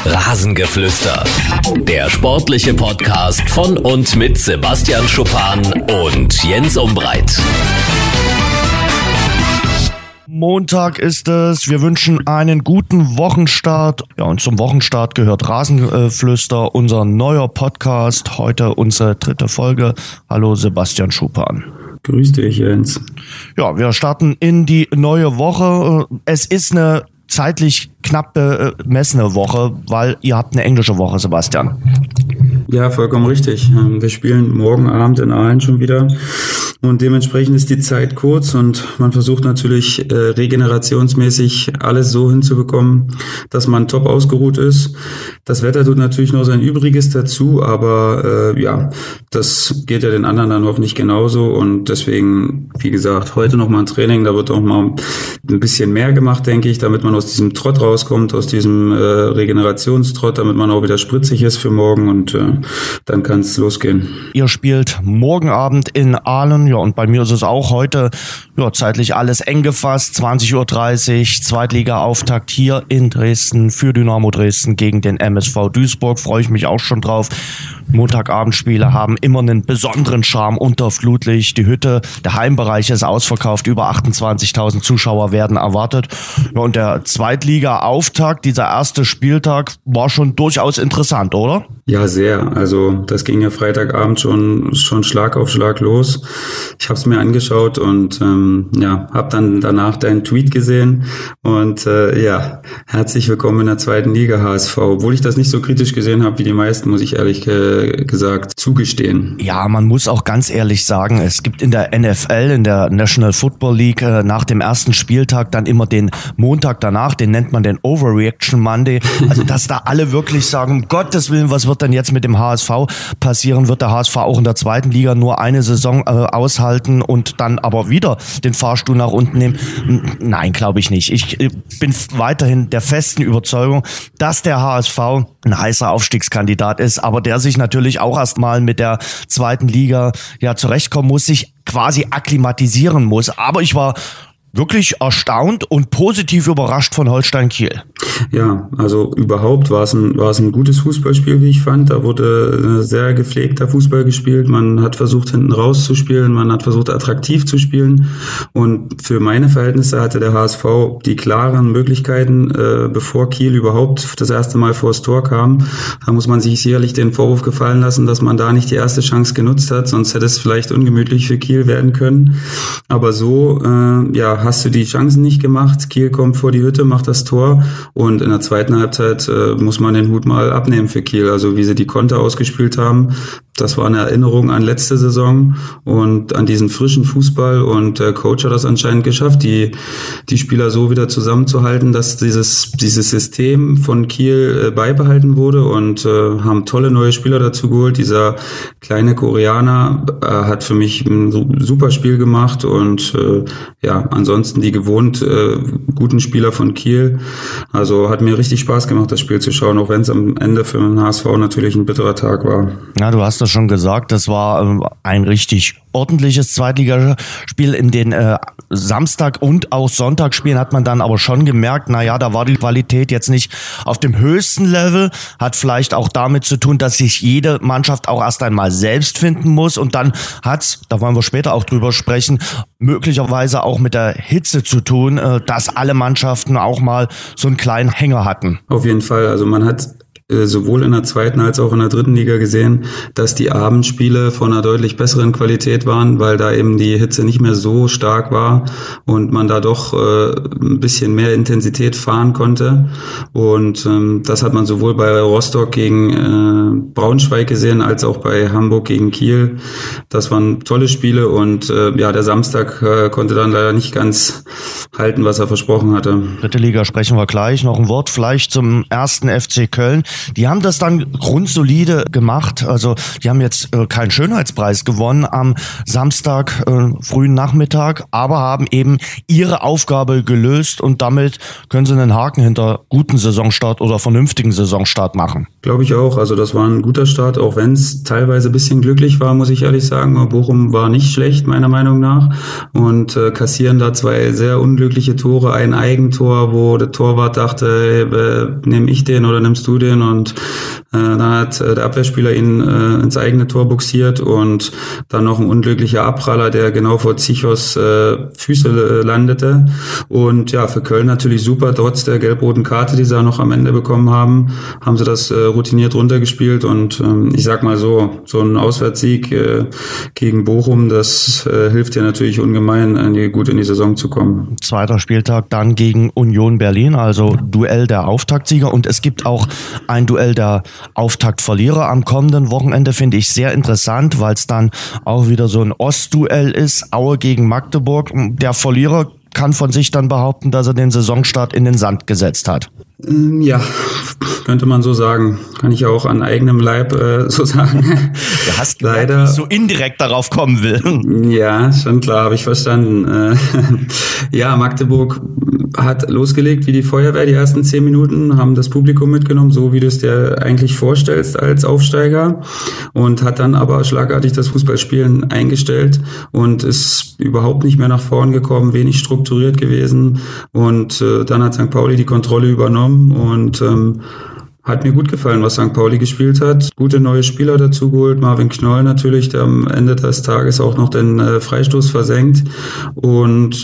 Rasengeflüster, der sportliche Podcast von und mit Sebastian Schuppan und Jens Umbreit. Montag ist es. Wir wünschen einen guten Wochenstart. Ja, und zum Wochenstart gehört Rasengeflüster, unser neuer Podcast. Heute unsere 3. Folge. Hallo Sebastian Schuppan. Grüß dich, Jens. Ja, wir starten in die neue Woche. Es ist eine zeitlich knapp bemessene Woche, weil ihr habt eine englische Woche, Sebastian. Ja, vollkommen richtig. Wir spielen morgen Abend in Aalen schon wieder und dementsprechend ist die Zeit kurz und man versucht natürlich regenerationsmäßig alles so hinzubekommen, dass man top ausgeruht ist. Das Wetter tut natürlich noch sein Übriges dazu, aber das geht ja den anderen dann hoffentlich genauso und deswegen, wie gesagt, heute nochmal ein Training, da wird auch mal ein bisschen mehr gemacht, denke ich, damit man aus diesem Trott rauskommt, aus diesem Regenerationstrott, damit man auch wieder spritzig ist für morgen und dann kann es losgehen. Ihr spielt morgen Abend in Aalen, ja, und bei mir ist es auch heute zeitlich alles eng gefasst, 20:30 Uhr, Zweitliga-Auftakt hier in Dresden für Dynamo Dresden gegen den MSV Duisburg, freue ich mich auch schon drauf. Montagabendspiele haben immer einen besonderen Charme unter Flutlicht. Die Hütte, der Heimbereich ist ausverkauft, über 28.000 Zuschauer werden erwartet. Ja, und der Zweitliga-Auftakt, dieser erste Spieltag, war schon durchaus interessant, oder? Ja, sehr. Also das ging ja Freitagabend schon Schlag auf Schlag los. Ich habe es mir angeschaut und habe dann danach deinen Tweet gesehen und herzlich willkommen in der zweiten Liga HSV. Obwohl ich das nicht so kritisch gesehen habe wie die meisten, muss ich ehrlich gesagt zugestehen. Ja, man muss auch ganz ehrlich sagen, es gibt in der NFL, in der National Football League, nach dem ersten Spieltag dann immer den Montag danach, den nennt man den Overreaction Monday. Also dass da alle wirklich sagen, um Gottes Willen, was wird denn jetzt mit dem HSV passieren? Wird der HSV auch in der zweiten Liga nur eine Saison aushalten und dann aber wieder den Fahrstuhl nach unten nehmen? Nein, glaube ich nicht. Ich bin weiterhin der festen Überzeugung, dass der HSV ein heißer Aufstiegskandidat ist, aber der sich natürlich auch erstmal mit der zweiten Liga zurechtkommen muss, sich quasi akklimatisieren muss. Aber ich war wirklich erstaunt und positiv überrascht von Holstein Kiel. Ja, also überhaupt war es ein gutes Fußballspiel, wie ich fand. Da wurde sehr gepflegter Fußball gespielt. Man hat versucht, hinten rauszuspielen. Man hat versucht, attraktiv zu spielen. Und für meine Verhältnisse hatte der HSV die klaren Möglichkeiten, bevor Kiel überhaupt das erste Mal vors Tor kam. Da muss man sich sicherlich den Vorwurf gefallen lassen, dass man da nicht die erste Chance genutzt hat. Sonst hätte es vielleicht ungemütlich für Kiel werden können. Aber so, hast du die Chancen nicht gemacht. Kiel kommt vor die Hütte, macht das Tor und in der zweiten Halbzeit muss man den Hut mal abnehmen für Kiel. Also wie sie die Konter ausgespielt haben, das war eine Erinnerung an letzte Saison und an diesen frischen Fußball und der Coach hat das anscheinend geschafft, die Spieler so wieder zusammenzuhalten, dass dieses System von Kiel beibehalten wurde und haben tolle neue Spieler dazu geholt. Dieser kleine Koreaner hat für mich ein super Spiel gemacht und ansonsten die gewohnt guten Spieler von Kiel. Also hat mir richtig Spaß gemacht, das Spiel zu schauen, auch wenn es am Ende für den HSV natürlich ein bitterer Tag war. Ja, du hast das schon gesagt, das war ein richtig ordentliches Zweitligaspiel. In den Samstag- und auch Sonntagsspielen hat man dann aber schon gemerkt, da war die Qualität jetzt nicht auf dem höchsten Level, hat vielleicht auch damit zu tun, dass sich jede Mannschaft auch erst einmal selbst finden muss und dann hat's, da wollen wir später auch drüber sprechen, möglicherweise auch mit der Hitze zu tun, dass alle Mannschaften auch mal so einen kleinen Hänger hatten. Auf jeden Fall, also man hat sowohl in der zweiten als auch in der dritten Liga gesehen, dass die Abendspiele von einer deutlich besseren Qualität waren, weil da eben die Hitze nicht mehr so stark war und man da doch ein bisschen mehr Intensität fahren konnte. Und das hat man sowohl bei Rostock gegen Braunschweig gesehen, als auch bei Hamburg gegen Kiel. Das waren tolle Spiele und der Samstag konnte dann leider nicht ganz halten, was er versprochen hatte. Dritte Liga sprechen wir gleich. Noch ein Wort vielleicht zum ersten FC Köln. Die haben das dann grundsolide gemacht. Also die haben jetzt keinen Schönheitspreis gewonnen am Samstag frühen Nachmittag, aber haben eben ihre Aufgabe gelöst und damit können sie einen Haken hinter guten Saisonstart oder vernünftigen Saisonstart machen. Glaube ich auch. Also das war ein guter Start, auch wenn es teilweise ein bisschen glücklich war, muss ich ehrlich sagen. Bochum war nicht schlecht, meiner Meinung nach. Und kassieren da 2 sehr unglückliche Tore, ein Eigentor, wo der Torwart dachte, hey, nehme ich den oder nimmst du den? Und dann hat der Abwehrspieler ihn ins eigene Tor buxiert und dann noch ein unglücklicher Abpraller, der genau vor Zichos Füße landete. Und ja, für Köln natürlich super, trotz der gelb-roten Karte, die sie da noch am Ende bekommen haben sie das routiniert runtergespielt und ich sag mal so ein Auswärtssieg gegen Bochum, das hilft dir natürlich ungemein, gut in die Saison zu kommen. Zweiter Spieltag dann gegen Union Berlin, also Duell der Auftaktsieger und es gibt auch ein Duell der Auftaktverlierer am kommenden Wochenende, finde ich sehr interessant, weil es dann auch wieder so ein Ostduell ist, Aue gegen Magdeburg. Der Verlierer kann von sich dann behaupten, dass er den Saisonstart in den Sand gesetzt hat. Ja, könnte man so sagen. Kann ich auch an eigenem Leib so sagen. Du hast leider so indirekt darauf kommen will. Ja, schon klar, habe ich verstanden. Ja, Magdeburg hat losgelegt wie die Feuerwehr die ersten 10 Minuten, haben das Publikum mitgenommen, so wie du es dir eigentlich vorstellst als Aufsteiger und hat dann aber schlagartig das Fußballspielen eingestellt und ist überhaupt nicht mehr nach vorn gekommen, wenig strukturiert gewesen und dann hat St. Pauli die Kontrolle übernommen und hat mir gut gefallen, was St. Pauli gespielt hat. Gute neue Spieler dazu geholt. Marvin Knoll natürlich, der am Ende des Tages auch noch den Freistoß versenkt. Und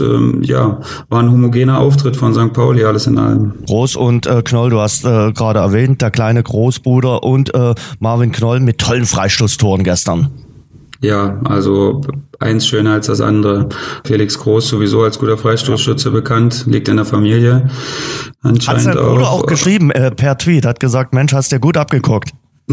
war ein homogener Auftritt von St. Pauli, alles in allem. Groß und Knoll, du hast gerade erwähnt, der kleine Großbruder und Marvin Knoll mit tollen Freistoßtoren gestern. Ja, also eins schöner als das andere. Felix Groß sowieso als guter Freistoßschütze bekannt, liegt in der Familie. Anscheinend hat sein Bruder auch geschrieben per Tweet, hat gesagt, Mensch, hast du gut abgeguckt.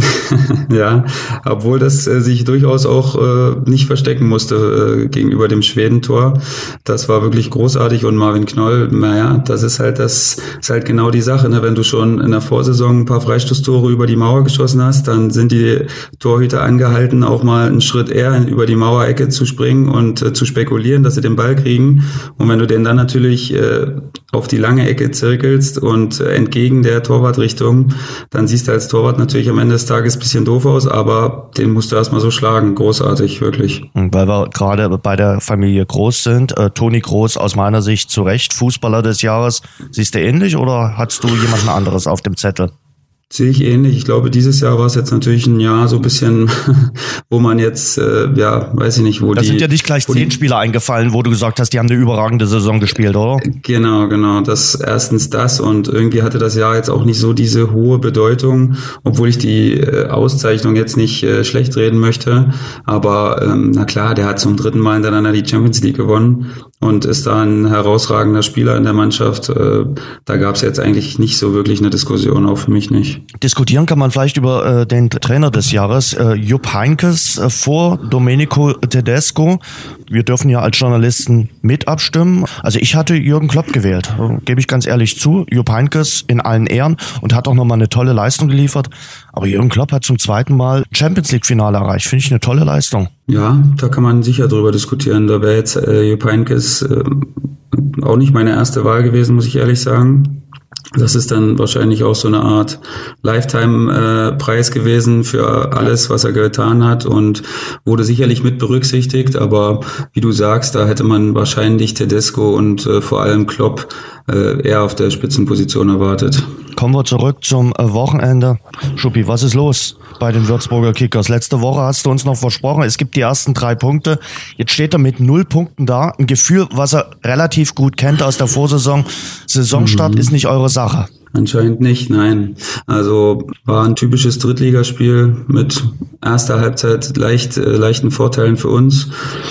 Ja, obwohl das sich durchaus auch nicht verstecken musste gegenüber dem Schwedentor. Das war wirklich großartig und Marvin Knoll, naja, das ist halt genau die Sache, ne? Wenn du schon in der Vorsaison ein paar Freistoßtore über die Mauer geschossen hast, dann sind die Torhüter angehalten, auch mal einen Schritt eher über die Mauerecke zu springen und zu spekulieren, dass sie den Ball kriegen. Und wenn du den dann natürlich auf die lange Ecke zirkelst und entgegen der Torwartrichtung, dann siehst du als Torwart natürlich am Ende des Tages ein bisschen doof aus, aber den musst du erstmal so schlagen. Großartig, wirklich. Weil wir gerade bei der Familie Groß sind, Toni Groß aus meiner Sicht zu Recht Fußballer des Jahres. Siehst du ähnlich oder hast du jemanden anderes auf dem Zettel? Sehe ich ähnlich. Ich glaube, dieses Jahr war es jetzt natürlich ein Jahr so ein bisschen, wo man jetzt, weiß ich nicht, wo sind ja nicht gleich 10 Spieler eingefallen, wo du gesagt hast, die haben eine überragende Saison gespielt, oder? Genau. Erstens das und irgendwie hatte das Jahr jetzt auch nicht so diese hohe Bedeutung, obwohl ich die Auszeichnung jetzt nicht schlecht reden möchte. Aber na klar, der hat zum 3. Mal hintereinander die Champions League gewonnen und ist da ein herausragender Spieler in der Mannschaft. Da gab es jetzt eigentlich nicht so wirklich eine Diskussion, auch für mich nicht. Diskutieren kann man vielleicht über den Trainer des Jahres, Jupp Heynckes vor Domenico Tedesco. Wir dürfen ja als Journalisten mit abstimmen. Also ich hatte Jürgen Klopp gewählt, gebe ich ganz ehrlich zu. Jupp Heynckes in allen Ehren und hat auch nochmal eine tolle Leistung geliefert. Aber Jürgen Klopp hat zum 2. Mal Champions League Finale erreicht. Finde ich eine tolle Leistung. Ja, da kann man sicher drüber diskutieren. Da wäre jetzt Jupp Heynckes auch nicht meine erste Wahl gewesen, muss ich ehrlich sagen. Das ist dann wahrscheinlich auch so eine Art Lifetime-Preis gewesen für alles, was er getan hat und wurde sicherlich mit berücksichtigt. Aber wie du sagst, da hätte man wahrscheinlich Tedesco und vor allem Klopp eher auf der Spitzenposition erwartet. Kommen wir zurück zum Wochenende. Schuppi, was ist los bei den Würzburger Kickers? Letzte Woche hast du uns noch versprochen, es gibt die ersten 3 Punkte. Jetzt steht er mit 0 Punkten da. Ein Gefühl, was er relativ gut kennt aus der Vorsaison. Saisonstart ist nicht eure Sache. Anscheinend nicht, nein. Also war ein typisches Drittligaspiel mit erster Halbzeit leichten Vorteilen für uns.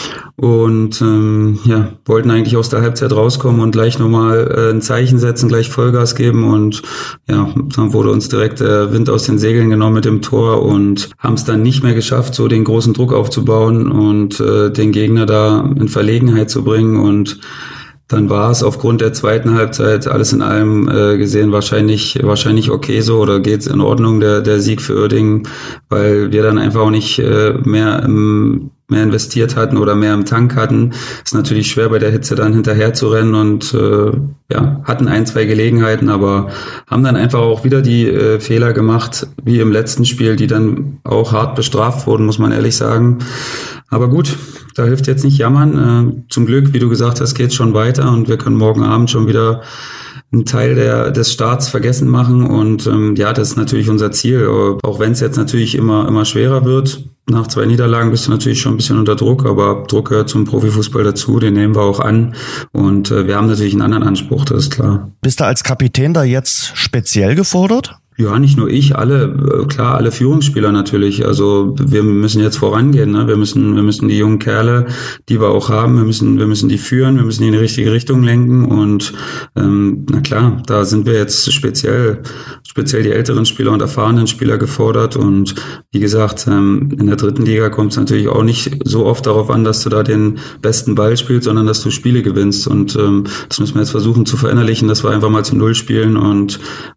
Und wollten eigentlich aus der Halbzeit rauskommen und gleich nochmal ein Zeichen setzen, gleich Vollgas geben und dann wurde uns direkt der Wind aus den Segeln genommen mit dem Tor und haben es dann nicht mehr geschafft, so den großen Druck aufzubauen und den Gegner da in Verlegenheit zu bringen und dann war es aufgrund der zweiten Halbzeit alles in allem gesehen wahrscheinlich okay so oder geht's in Ordnung, der Sieg für Uerdingen, weil wir dann einfach auch nicht mehr investiert hatten oder mehr im Tank hatten. Ist natürlich schwer bei der Hitze dann hinterher zu rennen und hatten 1-2 Gelegenheiten, aber haben dann einfach auch wieder die Fehler gemacht, wie im letzten Spiel, die dann auch hart bestraft wurden, muss man ehrlich sagen. Aber gut, da hilft jetzt nicht jammern. Zum Glück, wie du gesagt hast, geht's schon weiter und wir können morgen Abend schon wieder einen Teil des Starts vergessen machen und das ist natürlich unser Ziel, auch wenn es jetzt natürlich immer schwerer wird. Nach 2 Niederlagen bist du natürlich schon ein bisschen unter Druck, aber Druck gehört zum Profifußball dazu, den nehmen wir auch an und wir haben natürlich einen anderen Anspruch, das ist klar. Bist du als Kapitän da jetzt speziell gefordert? Ja, nicht nur ich, alle Führungsspieler natürlich. Also wir müssen jetzt vorangehen, ne? Wir müssen die jungen Kerle, die wir auch haben, wir müssen die führen, wir müssen die in die richtige Richtung lenken und na klar, da sind wir jetzt speziell die älteren Spieler und erfahrenen Spieler gefordert und wie gesagt, in der 3. Liga kommt es natürlich auch nicht so oft darauf an, dass du da den besten Ball spielst, sondern dass du Spiele gewinnst und das müssen wir jetzt versuchen zu verinnerlichen, dass wir einfach mal zu Null spielen und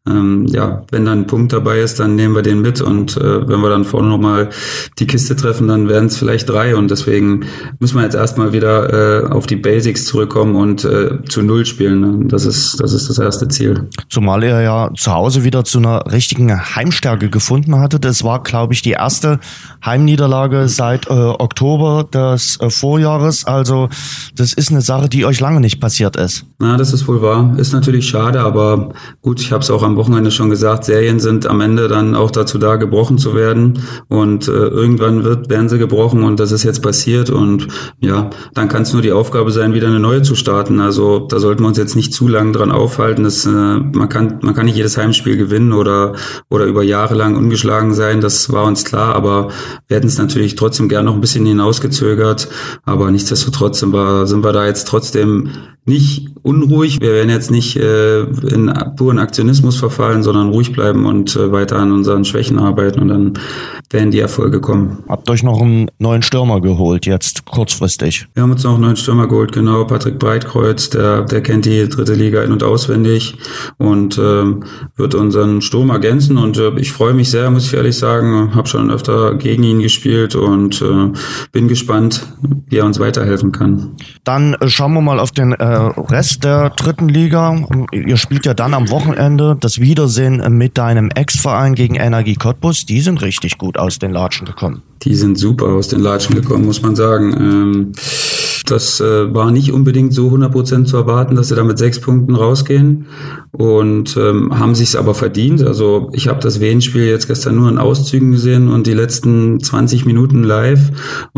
wenn dann ein Punkt dabei ist, dann nehmen wir den mit und wenn wir dann vorne nochmal die Kiste treffen, dann werden es vielleicht 3 und deswegen müssen wir jetzt erstmal wieder auf die Basics zurückkommen und zu Null spielen. Ne? Das ist das erste Ziel. Zumal er ja zu Hause wieder zu einer richtigen Heimstärke gefunden hatte. Das war, glaube ich, die erste Heimniederlage seit Oktober des Vorjahres. Also das ist eine Sache, die euch lange nicht passiert ist. Na, das ist wohl wahr. Ist natürlich schade, aber gut, ich habe es auch am Wochenende schon gesagt, Serien sind am Ende dann auch dazu da, gebrochen zu werden und irgendwann werden sie gebrochen und das ist jetzt passiert und ja, dann kann es nur die Aufgabe sein, wieder eine neue zu starten. Also da sollten wir uns jetzt nicht zu lange dran aufhalten. Man kann nicht jedes Heimspiel gewinnen oder über Jahre lang ungeschlagen sein, das war uns klar, aber wir hätten es natürlich trotzdem gern noch ein bisschen hinausgezögert, aber nichtsdestotrotz sind wir da jetzt trotzdem nicht unruhig. Wir werden jetzt nicht in puren Aktionismus verfallen, sondern ruhig bleiben und weiter an unseren Schwächen arbeiten und dann werden die Erfolge kommen. Habt euch noch einen neuen Stürmer geholt, jetzt kurzfristig? Wir haben uns noch einen neuen Stürmer geholt, genau, Patrick Breitkreuz, der kennt die 3. Liga in- und auswendig und wird unseren Sturm ergänzen und ich freue mich sehr, muss ich ehrlich sagen, habe schon öfter gegen ihn gespielt und bin gespannt, wie er uns weiterhelfen kann. Dann schauen wir mal auf den Rest der 3. Liga. Ihr spielt ja dann am Wochenende das Wiedersehen mit deinem Ex-Verein gegen Energie Cottbus. Die sind richtig gut aus den Latschen gekommen. Die sind super aus den Latschen gekommen, muss man sagen. Das war nicht unbedingt so 100% zu erwarten, dass sie da mit 6 Punkten rausgehen und haben sich's aber verdient. Also ich habe das Wien-Spiel jetzt gestern nur in Auszügen gesehen und die letzten 20 Minuten live.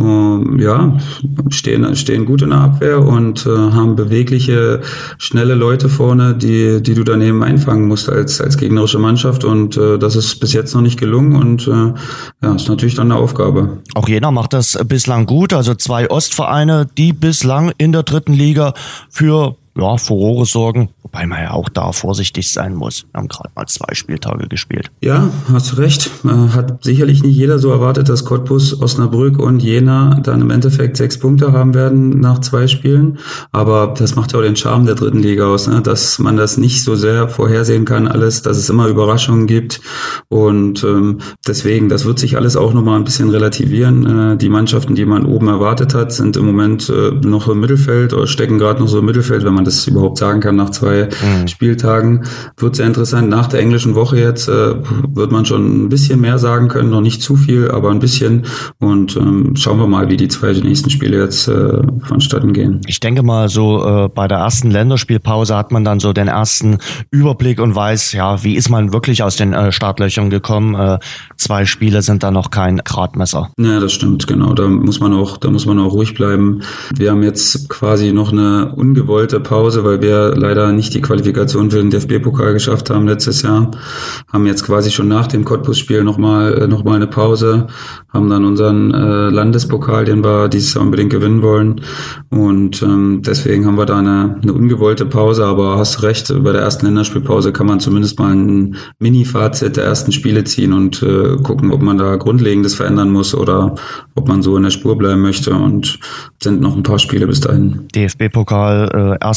Stehen gut in der Abwehr und haben bewegliche, schnelle Leute vorne, die du daneben einfangen musst als gegnerische Mannschaft und das ist bis jetzt noch nicht gelungen und ist natürlich dann eine Aufgabe. Auch Jena macht das bislang gut, also 2 Ostvereine, die bislang in der 3. Liga für Furore sorgen, wobei man ja auch da vorsichtig sein muss. Wir haben gerade mal 2 Spieltage gespielt. Ja, hast recht. Hat sicherlich nicht jeder so erwartet, dass Cottbus, Osnabrück und Jena dann im Endeffekt 6 Punkte haben werden nach 2 Spielen. Aber das macht ja auch den Charme der 3. Liga aus, ne? Dass man das nicht so sehr vorhersehen kann alles, dass es immer Überraschungen gibt. Und deswegen, das wird sich alles auch nochmal ein bisschen relativieren. Die Mannschaften, die man oben erwartet hat, sind im Moment noch im Mittelfeld oder stecken gerade noch so im Mittelfeld, wenn man das überhaupt sagen kann nach 2 Spieltagen. Wird sehr interessant. Nach der englischen Woche jetzt wird man schon ein bisschen mehr sagen können, noch nicht zu viel, aber ein bisschen. Und schauen wir mal, wie die 2 nächsten Spiele jetzt vonstatten gehen. Ich denke mal, so bei der ersten Länderspielpause hat man dann so den ersten Überblick und weiß, wie ist man wirklich aus den Startlöchern gekommen. 2 Spiele sind da noch kein Gradmesser. Ja, das stimmt, genau. Da muss man auch ruhig bleiben. Wir haben jetzt quasi noch eine ungewollte Pause, weil wir leider nicht die Qualifikation für den DFB-Pokal geschafft haben letztes Jahr. Haben jetzt quasi schon nach dem Cottbus-Spiel noch mal eine Pause, haben dann unseren Landespokal, den wir dieses Jahr unbedingt gewinnen wollen und deswegen haben wir da eine ungewollte Pause, aber hast recht, bei der ersten Länderspielpause kann man zumindest mal ein Mini-Fazit der ersten Spiele ziehen und gucken, ob man da Grundlegendes verändern muss oder ob man so in der Spur bleiben möchte und sind noch ein paar Spiele bis dahin. DFB-Pokal,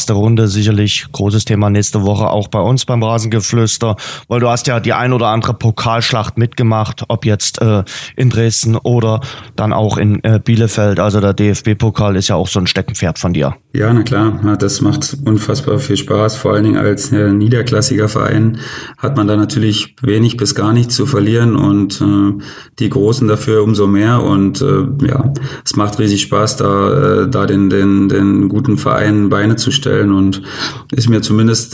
erste Runde sicherlich großes Thema nächste Woche auch bei uns beim Rasengeflüster, weil du hast ja die ein oder andere Pokalschlacht mitgemacht, ob jetzt in Dresden oder dann auch in Bielefeld. Also der DFB-Pokal ist ja auch so ein Steckenpferd von dir. Ja, na klar, das macht unfassbar viel Spaß. Vor allen Dingen als niederklassiger Verein hat man da natürlich wenig bis gar nichts zu verlieren und die Großen dafür umso mehr. Und es macht riesig Spaß, da den guten Vereinen Beine zu stellen, und ist mir zumindest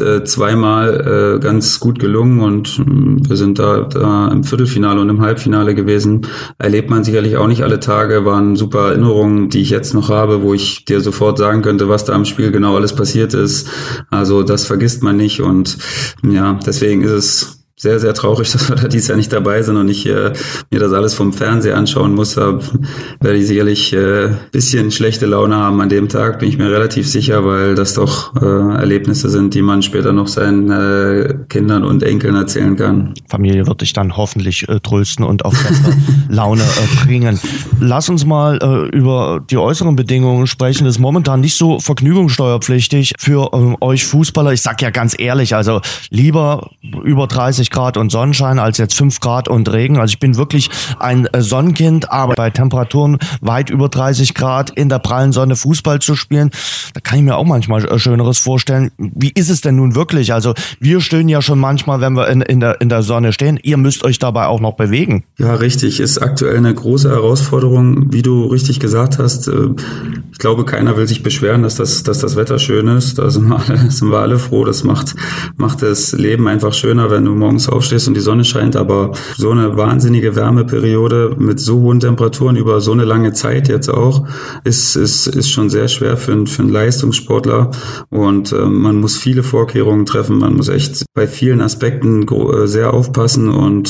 zweimal ganz gut gelungen, und wir sind da im Viertelfinale und im Halbfinale gewesen. Erlebt man sicherlich auch nicht alle Tage, waren super Erinnerungen, die ich jetzt noch habe, wo ich dir sofort sagen könnte, was da im Spiel genau alles passiert ist. Also das vergisst man nicht, und ja, deswegen ist es sehr, sehr traurig, dass wir da dieses Jahr nicht dabei sind und ich mir das alles vom Fernseher anschauen muss. Da werde ich sicherlich bisschen schlechte Laune haben an dem Tag, bin ich mir relativ sicher, weil das doch Erlebnisse sind, die man später noch seinen Kindern und Enkeln erzählen kann. Familie wird dich dann hoffentlich trösten und auf bessere Laune bringen. Lass uns mal über die äußeren Bedingungen sprechen. Das ist momentan nicht so vergnügungssteuerpflichtig für euch Fußballer. Ich sag ja ganz ehrlich, also lieber über 30 Grad und Sonnenschein als jetzt 5 Grad und Regen. Also ich bin wirklich ein Sonnenkind, aber bei Temperaturen weit über 30 Grad in der prallen Sonne Fußball zu spielen, da kann ich mir auch manchmal Schöneres vorstellen. Wie ist es denn nun wirklich? Also wir stehen ja schon manchmal, wenn wir in der Sonne stehen. Ihr müsst euch dabei auch noch bewegen. Ja, richtig. Ist aktuell eine große Herausforderung, wie du richtig gesagt hast. Ich glaube, keiner will sich beschweren, dass das Wetter schön ist. Da sind wir alle froh. Das macht das Leben einfach schöner, wenn du morgens aufstehst und die Sonne scheint, aber so eine wahnsinnige Wärmeperiode mit so hohen Temperaturen über so eine lange Zeit jetzt auch, ist schon sehr schwer für einen Leistungssportler, und man muss viele Vorkehrungen treffen, man muss echt bei vielen Aspekten sehr aufpassen, und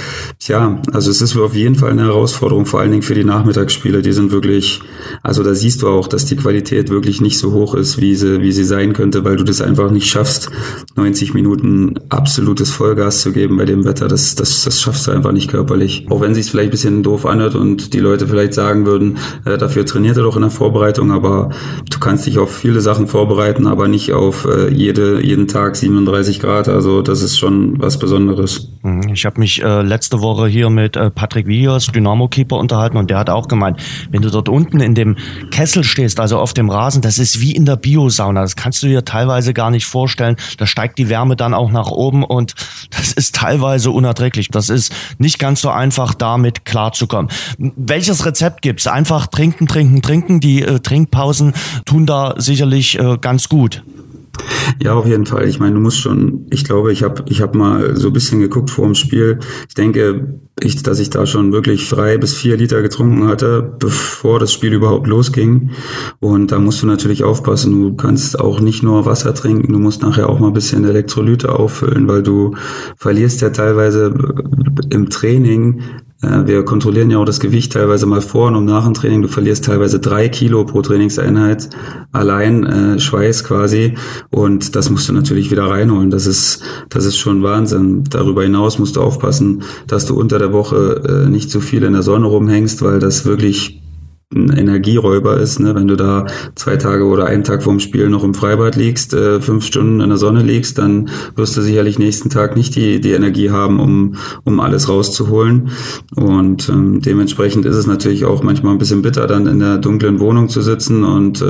also es ist auf jeden Fall eine Herausforderung, vor allen Dingen für die Nachmittagsspiele, die sind wirklich, also da siehst du auch, dass die Qualität wirklich nicht so hoch ist, wie sie sein könnte, weil du das einfach nicht schaffst, 90 Minuten absolutes Vollgas zu geben bei dem Wetter, das schaffst du einfach nicht körperlich. Auch wenn es sich vielleicht ein bisschen doof anhört und die Leute vielleicht sagen würden, dafür trainiert er doch in der Vorbereitung, aber du kannst dich auf viele Sachen vorbereiten, aber nicht auf jeden Tag 37 Grad, also das ist schon was Besonderes. Ich habe mich letzte Woche hier mit Patrick Wiehers, Dynamo-Keeper, unterhalten, und der hat auch gemeint, wenn du dort unten in dem Kessel stehst, also auf dem Rasen, das ist wie in der Biosauna, das kannst du dir teilweise gar nicht vorstellen, da steigt die Wärme dann auch nach oben, und das ist teilweise unerträglich. Das ist nicht ganz so einfach, damit klarzukommen. Welches Rezept gibt's? Einfach trinken. Die Trinkpausen tun da sicherlich ganz gut. Ja, auf jeden Fall. Ich meine, du musst schon, ich glaube, ich hab mal so ein bisschen geguckt vor dem Spiel. Ich denke, dass ich da schon wirklich 3 bis 4 Liter getrunken hatte, bevor das Spiel überhaupt losging. Und da musst du natürlich aufpassen. Du kannst auch nicht nur Wasser trinken, du musst nachher auch mal ein bisschen Elektrolyte auffüllen, weil du verlierst ja teilweise im Training. Wir kontrollieren ja auch das Gewicht teilweise mal vor und nach dem Training. Du verlierst teilweise 3 Kilo pro Trainingseinheit, allein Schweiß quasi. Und das musst du natürlich wieder reinholen. Das ist schon Wahnsinn. Darüber hinaus musst du aufpassen, dass du unter der Woche nicht zu viel in der Sonne rumhängst, weil das wirklich ein Energieräuber ist, ne? Wenn du da 2 Tage oder einen Tag vorm Spiel noch im Freibad liegst, 5 Stunden in der Sonne liegst, dann wirst du sicherlich nächsten Tag nicht die Energie haben, um alles rauszuholen. Und dementsprechend ist es natürlich auch manchmal ein bisschen bitter, dann in der dunklen Wohnung zu sitzen und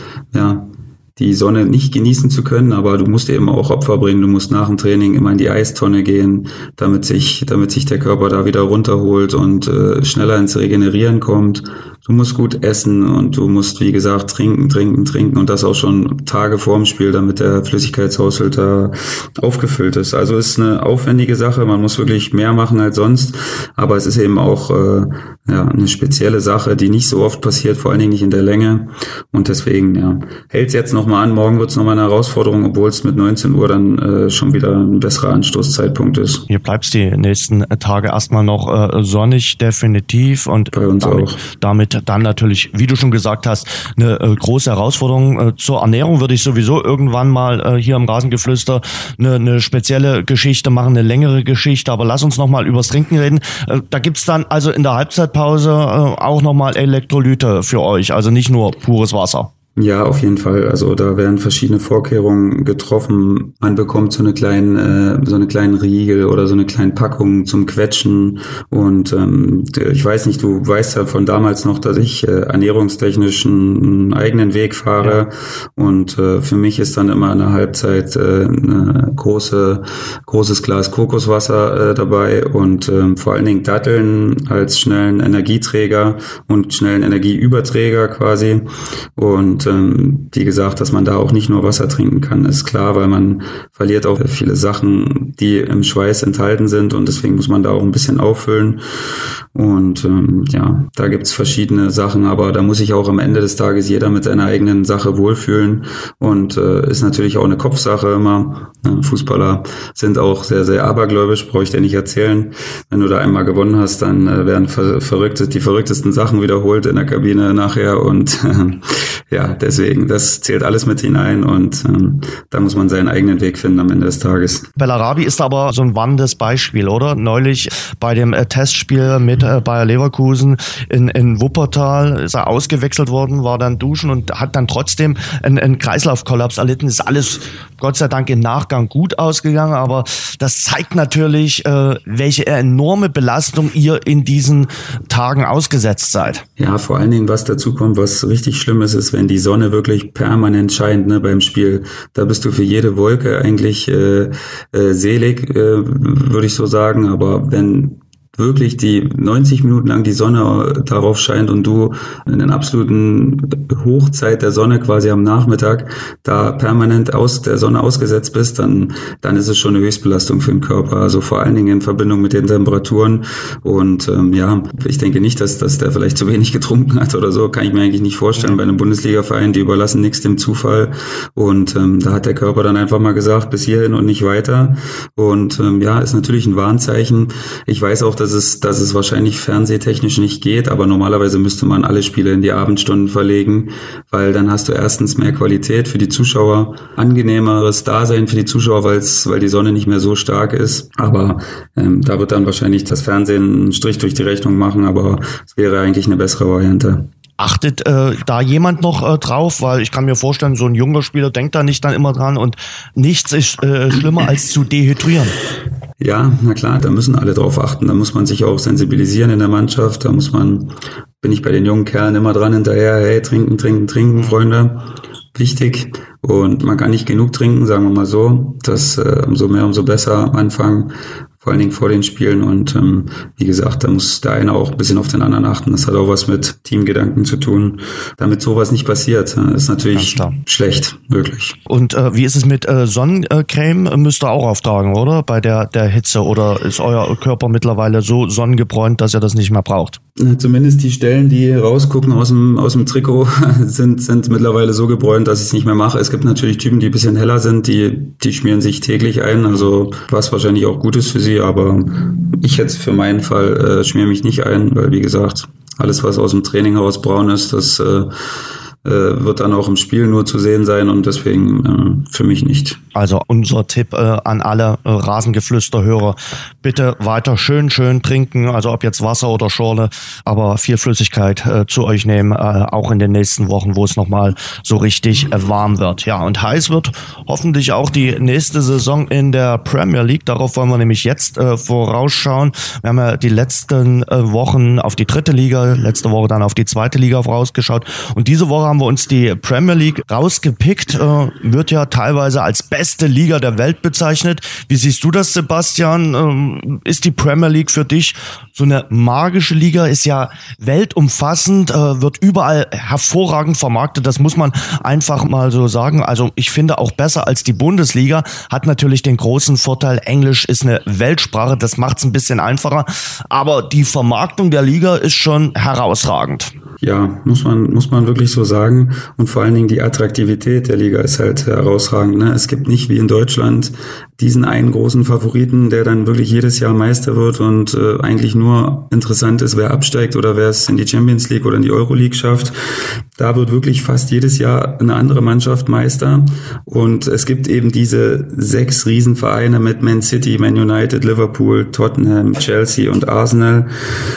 die Sonne nicht genießen zu können, aber du musst eben auch Opfer bringen. Du musst nach dem Training immer in die Eistonne gehen, damit sich der Körper da wieder runterholt und schneller ins Regenerieren kommt. Du musst gut essen und du musst, wie gesagt, trinken und das auch schon Tage vorm Spiel, damit der Flüssigkeitshaushalt da aufgefüllt ist. Also ist eine aufwendige Sache, man muss wirklich mehr machen als sonst, aber es ist eben auch eine spezielle Sache, die nicht so oft passiert, vor allen Dingen nicht in der Länge, und deswegen hält es jetzt nochmal an. Morgen wird es nochmal eine Herausforderung, obwohl es mit 19 Uhr dann schon wieder ein besserer Anstoßzeitpunkt ist. Hier bleibst die nächsten Tage erstmal noch sonnig, definitiv, und bei uns damit dann natürlich, wie du schon gesagt hast, eine große Herausforderung. Zur Ernährung würde ich sowieso irgendwann mal hier im Rasengeflüster eine spezielle Geschichte machen, eine längere Geschichte, aber lass uns nochmal übers Trinken reden. Da gibt's dann also in der Halbzeitpause auch nochmal Elektrolyte für euch, also nicht nur pures Wasser. Ja, auf jeden Fall. Also da werden verschiedene Vorkehrungen getroffen. Man bekommt so eine kleinen Riegel oder so eine kleine Packung zum Quetschen. Und ich weiß nicht, du weißt ja von damals noch, dass ich ernährungstechnisch einen eigenen Weg fahre. Ja. Und für mich ist dann immer in der Halbzeit ein großes Glas Kokoswasser dabei und vor allen Dingen Datteln als schnellen Energieträger und schnellen Energieüberträger quasi. Und wie gesagt, dass man da auch nicht nur Wasser trinken kann, ist klar, weil man verliert auch viele Sachen, die im Schweiß enthalten sind und deswegen muss man da auch ein bisschen auffüllen. Und da gibt's verschiedene Sachen, aber da muss sich auch am Ende des Tages jeder mit seiner eigenen Sache wohlfühlen und ist natürlich auch eine Kopfsache immer. Fußballer sind auch sehr, sehr abergläubisch, brauche ich dir nicht erzählen. Wenn du da einmal gewonnen hast, dann werden die verrücktesten Sachen wiederholt in der Kabine nachher und deswegen, das zählt alles mit hinein und da muss man seinen eigenen Weg finden am Ende des Tages. Bellarabi ist aber so ein wandelndes Beispiel, oder? Neulich bei dem Testspiel mit Bayer Leverkusen in Wuppertal ist er ausgewechselt worden, war dann duschen und hat dann trotzdem einen Kreislaufkollaps erlitten. Ist alles Gott sei Dank im Nachgang gut ausgegangen, aber das zeigt natürlich, welche enorme Belastung ihr in diesen Tagen ausgesetzt seid. Ja, vor allen Dingen, was dazu kommt, was richtig schlimm ist, wenn die Sonne wirklich permanent scheint, ne, beim Spiel. Da bist du für jede Wolke eigentlich selig, würde ich so sagen. Aber wenn wirklich die 90 Minuten lang die Sonne darauf scheint und du in den absoluten Hochzeit der Sonne quasi am Nachmittag da permanent aus der Sonne ausgesetzt bist, dann ist es schon eine Höchstbelastung für den Körper. Also vor allen Dingen in Verbindung mit den Temperaturen. Und ich denke nicht, dass der vielleicht zu wenig getrunken hat oder so. Kann ich mir eigentlich nicht vorstellen. Bei einem Bundesliga-Verein, die überlassen nichts dem Zufall. Und da hat der Körper dann einfach mal gesagt, bis hierhin und nicht weiter. Und ist natürlich ein Warnzeichen. Ich weiß auch, dass es wahrscheinlich fernsehtechnisch nicht geht, aber normalerweise müsste man alle Spiele in die Abendstunden verlegen, weil dann hast du erstens mehr Qualität für die Zuschauer, angenehmeres Dasein für die Zuschauer, weil die Sonne nicht mehr so stark ist. Aber da wird dann wahrscheinlich das Fernsehen einen Strich durch die Rechnung machen, aber es wäre eigentlich eine bessere Variante. Achtet da jemand noch drauf? Weil ich kann mir vorstellen, so ein junger Spieler denkt da nicht dann immer dran und nichts ist schlimmer als zu dehydrieren. Ja, na klar, da müssen alle drauf achten. Da muss man sich auch sensibilisieren in der Mannschaft. Bin ich bei den jungen Kerlen immer dran hinterher, hey, trinken, Freunde. Wichtig. Und man kann nicht genug trinken, sagen wir mal so. Das umso mehr, umso besser am Anfang. Vor allen Dingen vor den Spielen und wie gesagt, da muss der eine auch ein bisschen auf den anderen achten. Das hat auch was mit Teamgedanken zu tun, damit sowas nicht passiert. Das ist natürlich schlecht, wirklich. Und wie ist es mit Sonnencreme? Müsst ihr auch auftragen, oder? Bei der Hitze, oder ist euer Körper mittlerweile so sonnengebräunt, dass ihr das nicht mehr braucht? Zumindest die Stellen, die rausgucken aus dem Trikot, sind mittlerweile so gebräunt, dass ich es nicht mehr mache. Es gibt natürlich Typen, die ein bisschen heller sind, die schmieren sich täglich ein, also was wahrscheinlich auch gut ist für sie, aber ich jetzt für meinen Fall schmiere mich nicht ein, weil wie gesagt, alles was aus dem Training heraus braun ist, das wird dann auch im Spiel nur zu sehen sein und deswegen für mich nicht. Also unser Tipp an alle Rasengeflüster-Hörer, bitte weiter schön trinken, also ob jetzt Wasser oder Schorle, aber viel Flüssigkeit zu euch nehmen, auch in den nächsten Wochen, wo es nochmal so richtig warm wird. Ja, und heiß wird hoffentlich auch die nächste Saison in der Premier League, darauf wollen wir nämlich jetzt vorausschauen. Wir haben ja die letzten Wochen auf die dritte Liga, letzte Woche dann auf die zweite Liga vorausgeschaut und diese Woche haben wir uns die Premier League rausgepickt, wird ja teilweise als beste Liga der Welt bezeichnet. Wie siehst du das, Sebastian? Ist die Premier League für dich so eine magische Liga? Ist ja weltumfassend, wird überall hervorragend vermarktet. Das muss man einfach mal so sagen. Also ich finde auch besser als die Bundesliga, hat natürlich den großen Vorteil, Englisch ist eine Weltsprache, das macht es ein bisschen einfacher. Aber die Vermarktung der Liga ist schon herausragend. Ja, muss man wirklich so sagen. Und vor allen Dingen die Attraktivität der Liga ist halt herausragend. Ne? Es gibt nicht wie in Deutschland diesen einen großen Favoriten, der dann wirklich jedes Jahr Meister wird und eigentlich nur interessant ist, wer absteigt oder wer es in die Champions League oder in die Euroleague schafft. Da wird wirklich fast jedes Jahr eine andere Mannschaft Meister. Und es gibt eben diese 6 Riesenvereine mit Man City, Man United, Liverpool, Tottenham, Chelsea und Arsenal.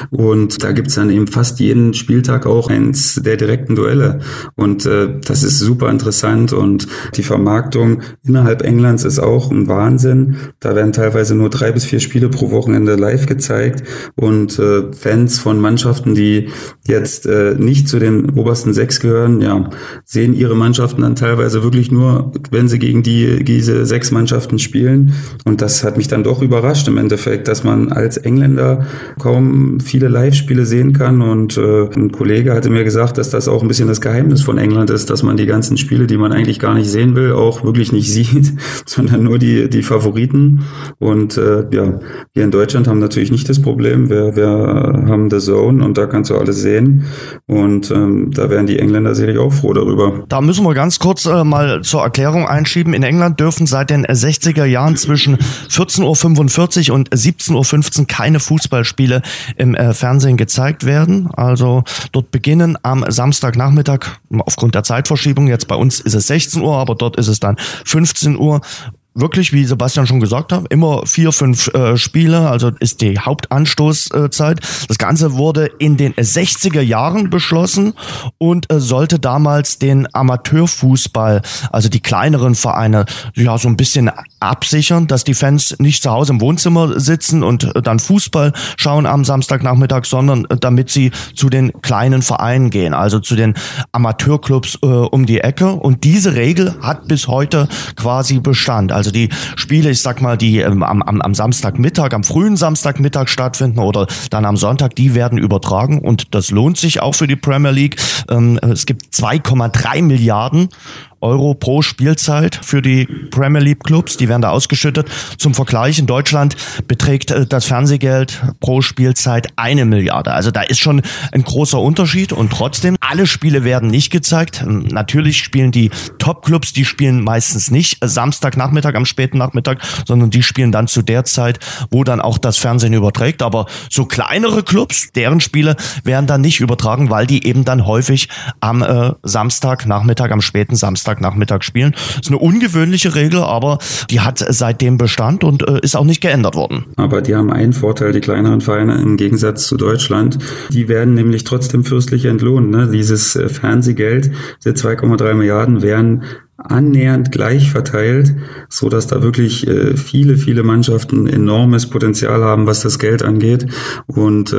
Und da gibt's dann eben fast jeden Spieltag auch eins der direkten Duelle. Und das ist super interessant. Und die Vermarktung innerhalb Englands ist auch ein Wahnsinn. Da werden teilweise nur 3 bis 4 Spiele pro Wochenende live gezeigt. Und Fans von Mannschaften, die jetzt nicht zu den obersten 6 gehören, ja, sehen ihre Mannschaften dann teilweise wirklich nur, wenn sie gegen diese 6 Mannschaften spielen. Und das hat mich dann doch überrascht im Endeffekt, dass man als Engländer kaum viele Live-Spiele sehen kann. Und ein Kollege hatte mir gesagt, dass das auch ein bisschen das Geheimnis von England ist, dass man die ganzen Spiele, die man eigentlich gar nicht sehen will, auch wirklich nicht sieht, sondern nur die Favoriten. Und ja, hier in Deutschland haben natürlich nicht das Problem. Wir haben The Zone und da kannst du alles sehen. Und da wären die Engländer sicherlich auch froh darüber. Da müssen wir ganz kurz mal zur Erklärung einschieben. In England dürfen seit den 60er Jahren zwischen 14:45 Uhr und 17:15 Uhr keine Fußballspiele im Fernsehen gezeigt werden. Also dort beginnen am Samstagnachmittag aufgrund der Zeitverschiebung, jetzt bei uns ist es 16 Uhr, aber dort ist es dann 15 Uhr. Wirklich, wie Sebastian schon gesagt hat, immer 4, 5 Spiele, also ist die Hauptanstoßzeit. Das Ganze wurde in den 60er Jahren beschlossen und sollte damals den Amateurfußball, also die kleineren Vereine, ja so ein bisschen absichern, dass die Fans nicht zu Hause im Wohnzimmer sitzen und dann Fußball schauen am Samstagnachmittag, sondern damit sie zu den kleinen Vereinen gehen, also zu den Amateurclubs um die Ecke. Und diese Regel hat bis heute quasi Bestand. Also die Spiele, ich sag mal, die am Samstagmittag, am frühen Samstagmittag stattfinden oder dann am Sonntag, die werden übertragen und das lohnt sich auch für die Premier League. Es gibt 2,3 Milliarden Euro pro Spielzeit für die Premier League Clubs, die werden da ausgeschüttet. Zum Vergleich, in Deutschland beträgt das Fernsehgeld pro Spielzeit 1 Milliarde. Also da ist schon ein großer Unterschied und trotzdem, alle Spiele werden nicht gezeigt. Natürlich spielen die Top-Clubs, die spielen meistens nicht Samstagnachmittag am späten Nachmittag, sondern die spielen dann zu der Zeit, wo dann auch das Fernsehen überträgt. Aber so kleinere Clubs, deren Spiele werden dann nicht übertragen, weil die eben dann häufig am Samstagnachmittag, am späten Samstagnachmittag spielen. Das ist eine ungewöhnliche Regel, aber die hat seitdem Bestand und ist auch nicht geändert worden. Aber die haben einen Vorteil, die kleineren Vereine im Gegensatz zu Deutschland. Die werden nämlich trotzdem fürstlich entlohnt. Ne? Dieses Fernsehgeld, diese 2,3 Milliarden werden annähernd gleich verteilt, so dass da wirklich viele Mannschaften enormes Potenzial haben, was das Geld angeht. Und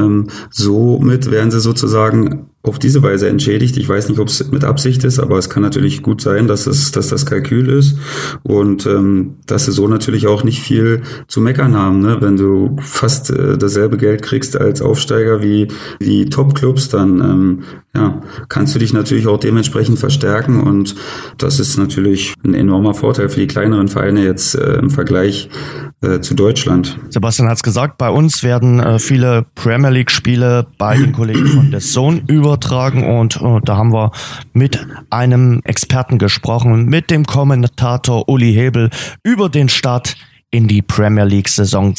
somit werden sie sozusagen auf diese Weise entschädigt. Ich weiß nicht, ob es mit Absicht ist, aber es kann natürlich gut sein, dass das Kalkül ist und dass sie so natürlich auch nicht viel zu meckern haben. Ne? Wenn du fast dasselbe Geld kriegst als Aufsteiger wie die Top-Clubs, dann kannst du dich natürlich auch dementsprechend verstärken und das ist natürlich ein enormer Vorteil für die kleineren Vereine jetzt im Vergleich zu Deutschland. Sebastian hat's gesagt, bei uns werden viele Premier League Spiele bei den Kollegen von The Zone übertragen und da haben wir mit einem Experten gesprochen, mit dem Kommentator Uli Hebel über den Start in die Premier League Saison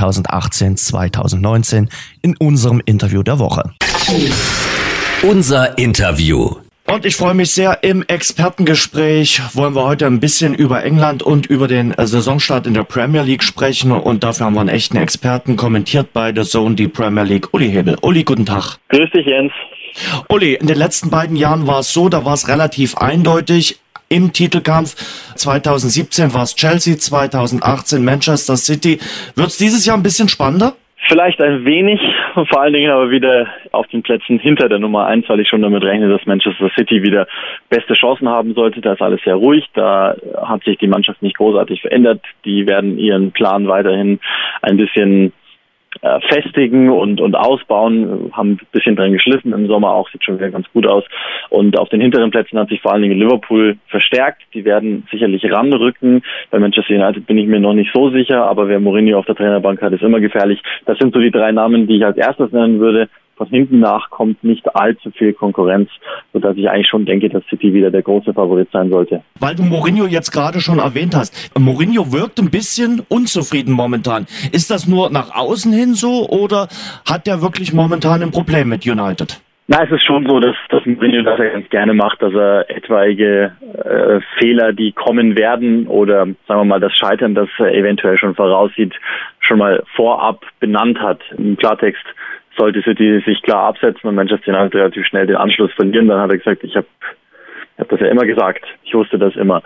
2018-2019 in unserem Interview der Woche. Unser Interview. Und ich freue mich sehr, im Expertengespräch wollen wir heute ein bisschen über England und über den Saisonstart in der Premier League sprechen und dafür haben wir einen echten Experten, kommentiert bei The Zone die Premier League, Uli Hebel. Uli, guten Tag. Grüß dich, Jens. Uli, in den letzten beiden Jahren war es so, da war es relativ eindeutig im Titelkampf. 2017 war es Chelsea, 2018 Manchester City. Wird es dieses Jahr ein bisschen spannender? Vielleicht ein wenig, vor allen Dingen aber wieder auf den Plätzen hinter der Nummer 1, weil ich schon damit rechne, dass Manchester City wieder beste Chancen haben sollte. Da ist alles sehr ruhig, da hat sich die Mannschaft nicht großartig verändert. Die werden ihren Plan weiterhin ein bisschen festigen und ausbauen, haben ein bisschen dran geschliffen im Sommer auch, sieht schon wieder ganz gut aus. Und auf den hinteren Plätzen hat sich vor allen Dingen Liverpool verstärkt. Die werden sicherlich ranrücken. Bei Manchester United bin ich mir noch nicht so sicher, aber wer Mourinho auf der Trainerbank hat, ist immer gefährlich. Das sind so die 3 Namen, die ich als erstes nennen würde. von hinten nach kommt nicht allzu viel Konkurrenz, sodass ich eigentlich schon denke, dass City wieder der große Favorit sein sollte. Weil du Mourinho jetzt gerade schon erwähnt hast. Mourinho wirkt ein bisschen unzufrieden momentan. Ist das nur nach außen hin so oder hat der wirklich momentan ein Problem mit United? Na, es ist schon so, dass Mourinho das ja ganz gerne macht, dass er etwaige Fehler, die kommen werden oder sagen wir mal das Scheitern, das er eventuell schon voraussieht, schon mal vorab benannt hat. Im Klartext sollte City sich klar absetzen und Manchester United relativ schnell den Anschluss verlieren. Dann hat er gesagt, ich habe das ja immer gesagt, ich wusste das immer.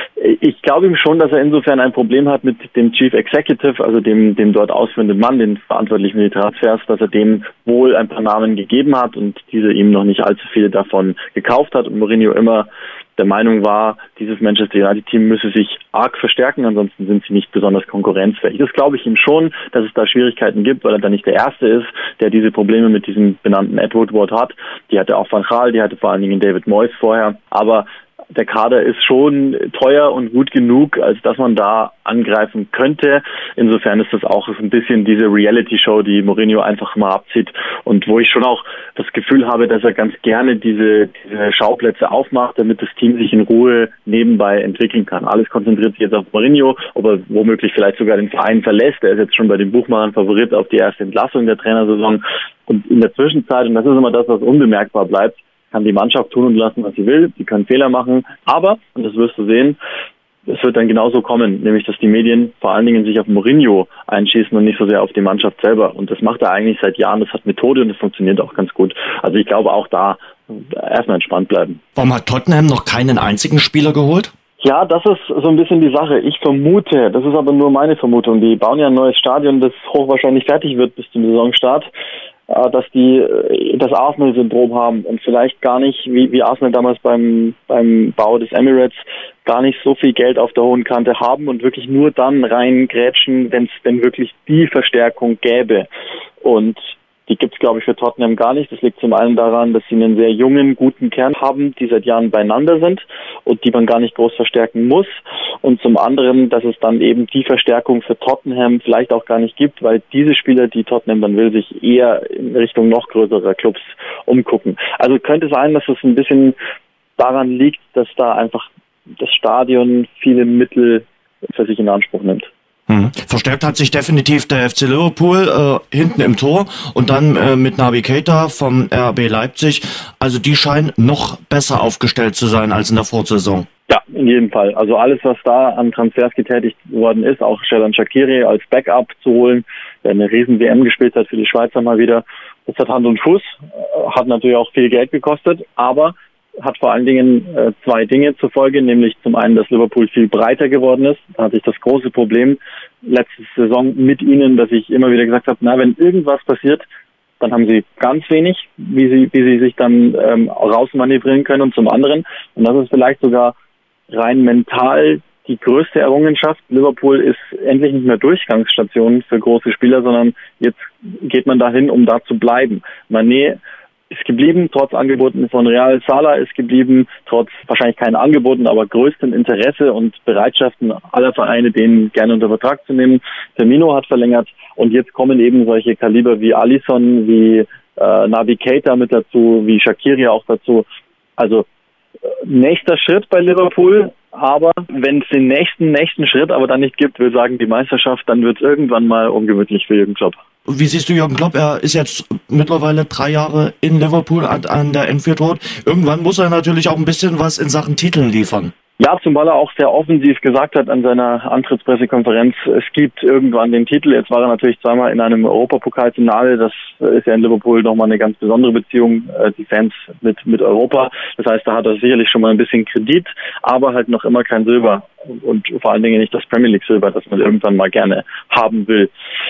Ich glaube ihm schon, dass er insofern ein Problem hat mit dem Chief Executive, also dem dort ausführenden Mann, den Verantwortlichen für die Transfers, dass er dem wohl ein paar Namen gegeben hat und diese ihm noch nicht allzu viele davon gekauft hat und Mourinho immer der Meinung war, dieses Manchester United-Team müsse sich arg verstärken, ansonsten sind sie nicht besonders konkurrenzfähig. Das glaube ich ihm schon, dass es da Schwierigkeiten gibt, weil er da nicht der Erste ist, der diese Probleme mit diesem benannten Ed Woodward hat. Die hatte auch Van Gaal, die hatte vor allen Dingen David Moyes vorher, aber der Kader ist schon teuer und gut genug, als dass man da angreifen könnte. Insofern ist das auch so ein bisschen diese Reality-Show, die Mourinho einfach mal abzieht und wo ich schon auch das Gefühl habe, dass er ganz gerne diese Schauplätze aufmacht, damit das Team sich in Ruhe nebenbei entwickeln kann. Alles konzentriert sich jetzt auf Mourinho, ob er womöglich vielleicht sogar den Verein verlässt. Er ist jetzt schon bei den Buchmachern Favorit auf die erste Entlassung der Trainersaison. Und in der Zwischenzeit, und das ist immer das, was unbemerkbar bleibt, kann die Mannschaft tun und lassen, was sie will. Die können Fehler machen. Aber, und das wirst du sehen, es wird dann genauso kommen, nämlich dass die Medien vor allen Dingen sich auf Mourinho einschießen und nicht so sehr auf die Mannschaft selber. Und das macht er eigentlich seit Jahren. Das hat Methode und das funktioniert auch ganz gut. Also ich glaube auch da erstmal entspannt bleiben. Warum hat Tottenham noch keinen einzigen Spieler geholt? Ja, das ist so ein bisschen die Sache. Ich vermute, das ist aber nur meine Vermutung, die bauen ja ein neues Stadion, das hochwahrscheinlich fertig wird bis zum Saisonstart, dass die das Arsenal-Syndrom haben und vielleicht gar nicht, wie Arsenal damals beim Bau des Emirates, gar nicht so viel Geld auf der hohen Kante haben und wirklich nur dann reingrätschen, wenn wirklich die Verstärkung gäbe. Und die gibt's, glaube ich, für Tottenham gar nicht. Das liegt zum einen daran, dass sie einen sehr jungen, guten Kern haben, die seit Jahren beieinander sind und die man gar nicht groß verstärken muss. Und zum anderen, dass es dann eben die Verstärkung für Tottenham vielleicht auch gar nicht gibt, weil diese Spieler, die Tottenham dann will, sich eher in Richtung noch größerer Clubs umgucken. Also könnte sein, dass es ein bisschen daran liegt, dass da einfach das Stadion viele Mittel für sich in Anspruch nimmt. Verstärkt hat sich definitiv der FC Liverpool hinten im Tor und dann mit Naby Keita vom RB Leipzig. Also die scheinen noch besser aufgestellt zu sein als in der Vorsaison. Ja, in jedem Fall. Also alles, was da an Transfers getätigt worden ist, auch Xherdan Shaqiri als Backup zu holen, der eine riesen WM gespielt hat für die Schweizer mal wieder, das hat Hand und Fuß, hat natürlich auch viel Geld gekostet, aber hat vor allen Dingen zwei Dinge zur Folge, nämlich zum einen, dass Liverpool viel breiter geworden ist. Da hatte ich das große Problem letzte Saison mit ihnen, dass ich immer wieder gesagt habe, wenn irgendwas passiert, dann haben sie ganz wenig, wie sie sich dann rausmanövrieren können. Und zum anderen, und das ist vielleicht sogar rein mental die größte Errungenschaft, Liverpool ist endlich nicht mehr Durchgangsstation für große Spieler, sondern jetzt geht man dahin, um da zu bleiben. Mané ist geblieben, trotz Angeboten von Real. Salah ist geblieben, trotz wahrscheinlich keinen Angeboten, aber größtem Interesse und Bereitschaften aller Vereine, den gerne unter Vertrag zu nehmen. Firmino hat verlängert und jetzt kommen eben solche Kaliber wie Alisson, wie Naby Keita mit dazu, wie Shaqiri auch dazu. Also nächster Schritt bei Liverpool, aber wenn es den nächsten Schritt aber dann nicht gibt, will sagen die Meisterschaft, dann wird es irgendwann mal ungemütlich für Jürgen Klopp. Wie siehst du Jürgen Klopp? Er ist jetzt mittlerweile 3 Jahre in Liverpool an der Anfield Road. Irgendwann muss er natürlich auch ein bisschen was in Sachen Titeln liefern. Ja, zumal er auch sehr offensiv gesagt hat an seiner Antrittspressekonferenz, es gibt irgendwann den Titel. Jetzt war er natürlich zweimal in einem Europapokalfinale. Das ist ja in Liverpool nochmal eine ganz besondere Beziehung, die Fans mit Europa. Das heißt, da hat er sicherlich schon mal ein bisschen Kredit, aber halt noch immer kein Silber und vor allen Dingen nicht das Premier League Silber, das man irgendwann mal gerne haben will.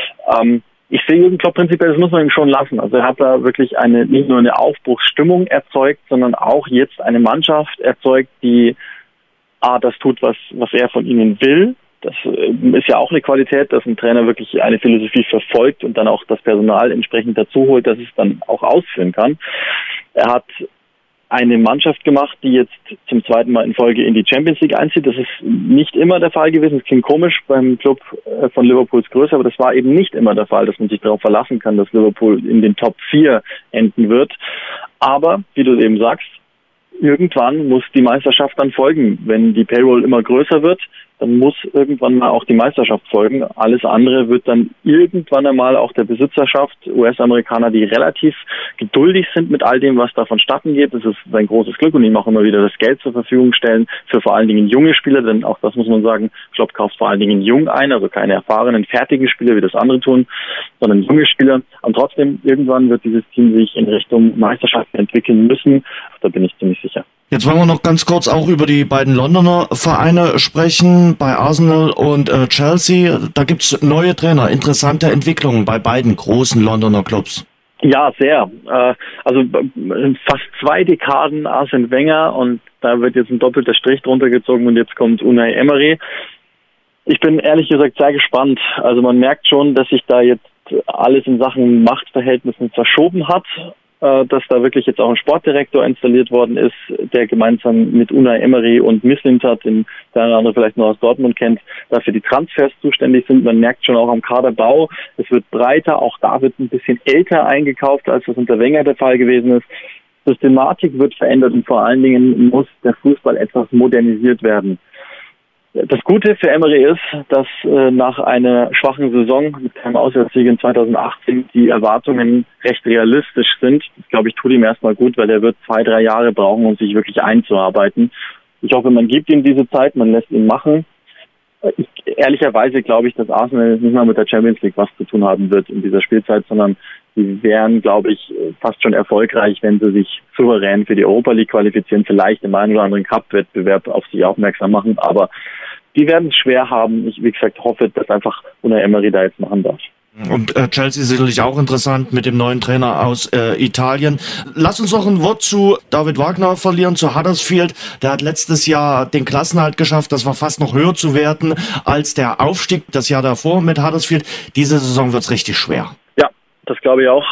Ich sehe Jürgen Klopp prinzipiell, das muss man ihm schon lassen. Also er hat da wirklich nicht nur eine Aufbruchsstimmung erzeugt, sondern auch jetzt eine Mannschaft erzeugt, die das tut, was er von ihnen will. Das ist ja auch eine Qualität, dass ein Trainer wirklich eine Philosophie verfolgt und dann auch das Personal entsprechend dazu holt, dass es dann auch ausführen kann. Er hat eine Mannschaft gemacht, die jetzt zum zweiten Mal in Folge in die Champions League einzieht. Das ist nicht immer der Fall gewesen. Das klingt komisch beim Club von Liverpools Größe, aber das war eben nicht immer der Fall, dass man sich darauf verlassen kann, dass Liverpool in den Top 4 enden wird. Aber, wie du eben sagst, irgendwann muss die Meisterschaft dann folgen. Wenn die Payroll immer größer wird, dann muss irgendwann mal auch die Meisterschaft folgen. Alles andere wird dann irgendwann einmal auch der Besitzerschaft, US-Amerikaner, die relativ geduldig sind mit all dem, was da vonstatten geht. Das ist ein großes Glück und ihm auch immer wieder das Geld zur Verfügung stellen für vor allen Dingen junge Spieler, denn auch das muss man sagen, Klopp kauft vor allen Dingen jung ein, also keine erfahrenen, fertigen Spieler, wie das andere tun, sondern junge Spieler. Und trotzdem, irgendwann wird dieses Team sich in Richtung Meisterschaft entwickeln müssen. Da bin ich ziemlich sicher. Jetzt wollen wir noch ganz kurz auch über die beiden Londoner Vereine sprechen, bei Arsenal und Chelsea. Da gibt's neue Trainer, interessante Entwicklungen bei beiden großen Londoner Clubs. Ja, sehr. Also fast 2 Dekaden Arsene Wenger und da wird jetzt ein doppelter Strich drunter gezogen und jetzt kommt Unai Emery. Ich bin ehrlich gesagt sehr gespannt. Also man merkt schon, dass sich da jetzt alles in Sachen Machtverhältnissen verschoben hat. Dass da wirklich jetzt auch ein Sportdirektor installiert worden ist, der gemeinsam mit Unai Emery und Mislintat, den der eine oder andere vielleicht noch aus Dortmund kennt, dafür die Transfers zuständig sind. Man merkt schon auch am Kaderbau, es wird breiter, auch da wird ein bisschen älter eingekauft, als das unter Wenger der Fall gewesen ist. Die Systematik wird verändert und vor allen Dingen muss der Fußball etwas modernisiert werden. Das Gute für Emery ist, dass nach einer schwachen Saison mit keinem Auswärtssieg in 2018 die Erwartungen recht realistisch sind. Das, glaube ich, tut ihm erstmal gut, weil er wird 2-3 Jahre brauchen, um sich wirklich einzuarbeiten. Ich hoffe, man gibt ihm diese Zeit, man lässt ihn machen. Ehrlicherweise glaube ich, dass Arsenal nicht mal mit der Champions League was zu tun haben wird in dieser Spielzeit, sondern sie wären, glaube ich, fast schon erfolgreich, wenn sie sich souverän für die Europa League qualifizieren, vielleicht im einen oder anderen Cup-Wettbewerb auf sich aufmerksam machen, aber die werden es schwer haben. Ich, wie gesagt, hoffe, dass einfach Unai Emery da jetzt machen darf. Und Chelsea sicherlich auch interessant mit dem neuen Trainer aus Italien. Lass uns noch ein Wort zu David Wagner verlieren, zu Huddersfield. Der hat letztes Jahr den Klassenerhalt geschafft. Das war fast noch höher zu werten als der Aufstieg das Jahr davor mit Huddersfield. Diese Saison wird's richtig schwer. Ja, das glaube ich auch.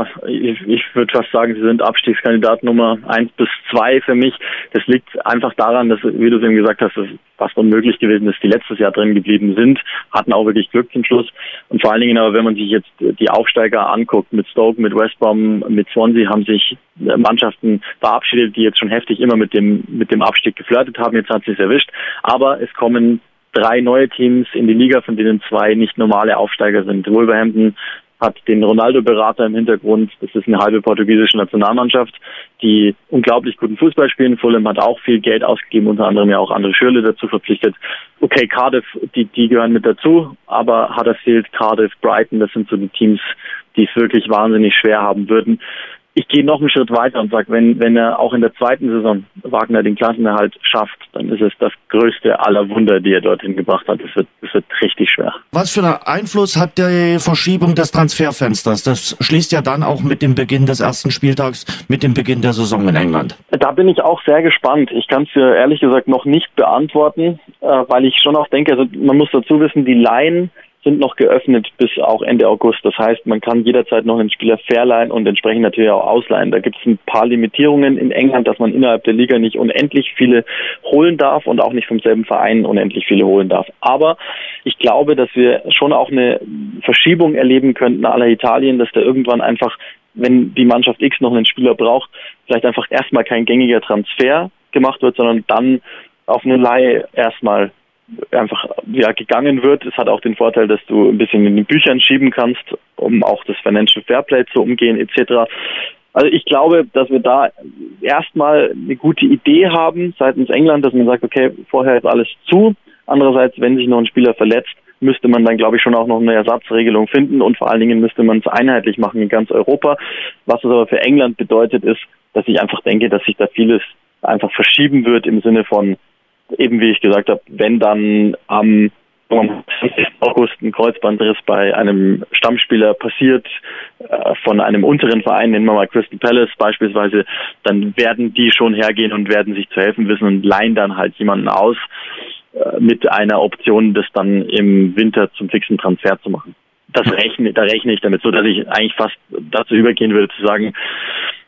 Ich würde fast sagen, sie sind Abstiegskandidat Nummer 1 bis 2 für mich. Das liegt einfach daran, dass, wie du es eben gesagt hast, es fast unmöglich gewesen ist, die letztes Jahr drin geblieben sind, hatten auch wirklich Glück zum Schluss. Und vor allen Dingen aber, wenn man sich jetzt die Aufsteiger anguckt, mit Stoke, mit West Brom, mit Swansea, haben sich Mannschaften verabschiedet, die jetzt schon heftig immer mit dem Abstieg geflirtet haben. Jetzt hat es sich erwischt. Aber es kommen 3 neue Teams in die Liga, von denen 2 nicht normale Aufsteiger sind. Wolverhampton hat den Ronaldo-Berater im Hintergrund. Das ist eine halbe portugiesische Nationalmannschaft, die unglaublich guten Fußball spielen. Fulham hat auch viel Geld ausgegeben, unter anderem ja auch André Schürrle dazu verpflichtet. Okay, Cardiff, die gehören mit dazu, aber Huddersfield, Cardiff, Brighton, das sind so die Teams, die es wirklich wahnsinnig schwer haben würden. Ich gehe noch einen Schritt weiter und sage, wenn er auch in der zweiten Saison Wagner den Klassenerhalt schafft, dann ist es das größte aller Wunder, die er dorthin gebracht hat. Es wird richtig schwer. Was für einen Einfluss hat die Verschiebung des Transferfensters? Das schließt ja dann auch mit dem Beginn des ersten Spieltags, mit dem Beginn der Saison in England. Da bin ich auch sehr gespannt. Ich kann es dir ehrlich gesagt noch nicht beantworten, weil ich schon auch denke, also man muss dazu wissen, die Laien sind noch geöffnet bis auch Ende August. Das heißt, man kann jederzeit noch einen Spieler verleihen und entsprechend natürlich auch ausleihen. Da gibt es ein paar Limitierungen in England, dass man innerhalb der Liga nicht unendlich viele holen darf und auch nicht vom selben Verein unendlich viele holen darf. Aber ich glaube, dass wir schon auch eine Verschiebung erleben könnten à la Italien, dass da irgendwann einfach, wenn die Mannschaft X noch einen Spieler braucht, vielleicht einfach erstmal kein gängiger Transfer gemacht wird, sondern dann auf eine Leihe erstmal einfach gegangen wird. Es hat auch den Vorteil, dass du ein bisschen in den Büchern schieben kannst, um auch das Financial Fairplay zu umgehen etc. Also ich glaube, dass wir da erstmal eine gute Idee haben seitens England, dass man sagt, okay, vorher ist alles zu. Andererseits, wenn sich noch ein Spieler verletzt, müsste man dann, glaube ich, schon auch noch eine Ersatzregelung finden und vor allen Dingen müsste man es einheitlich machen in ganz Europa. Was es aber für England bedeutet, ist, dass ich einfach denke, dass sich da vieles einfach verschieben wird im Sinne von, eben wie ich gesagt habe, wenn dann am 20. August ein Kreuzbandriss bei einem Stammspieler passiert, von einem unteren Verein, nennen wir mal Crystal Palace beispielsweise, dann werden die schon hergehen und werden sich zu helfen wissen und leihen dann halt jemanden aus mit einer Option, das dann im Winter zum fixen Transfer zu machen. Da rechne ich damit, so dass ich eigentlich fast dazu übergehen würde zu sagen,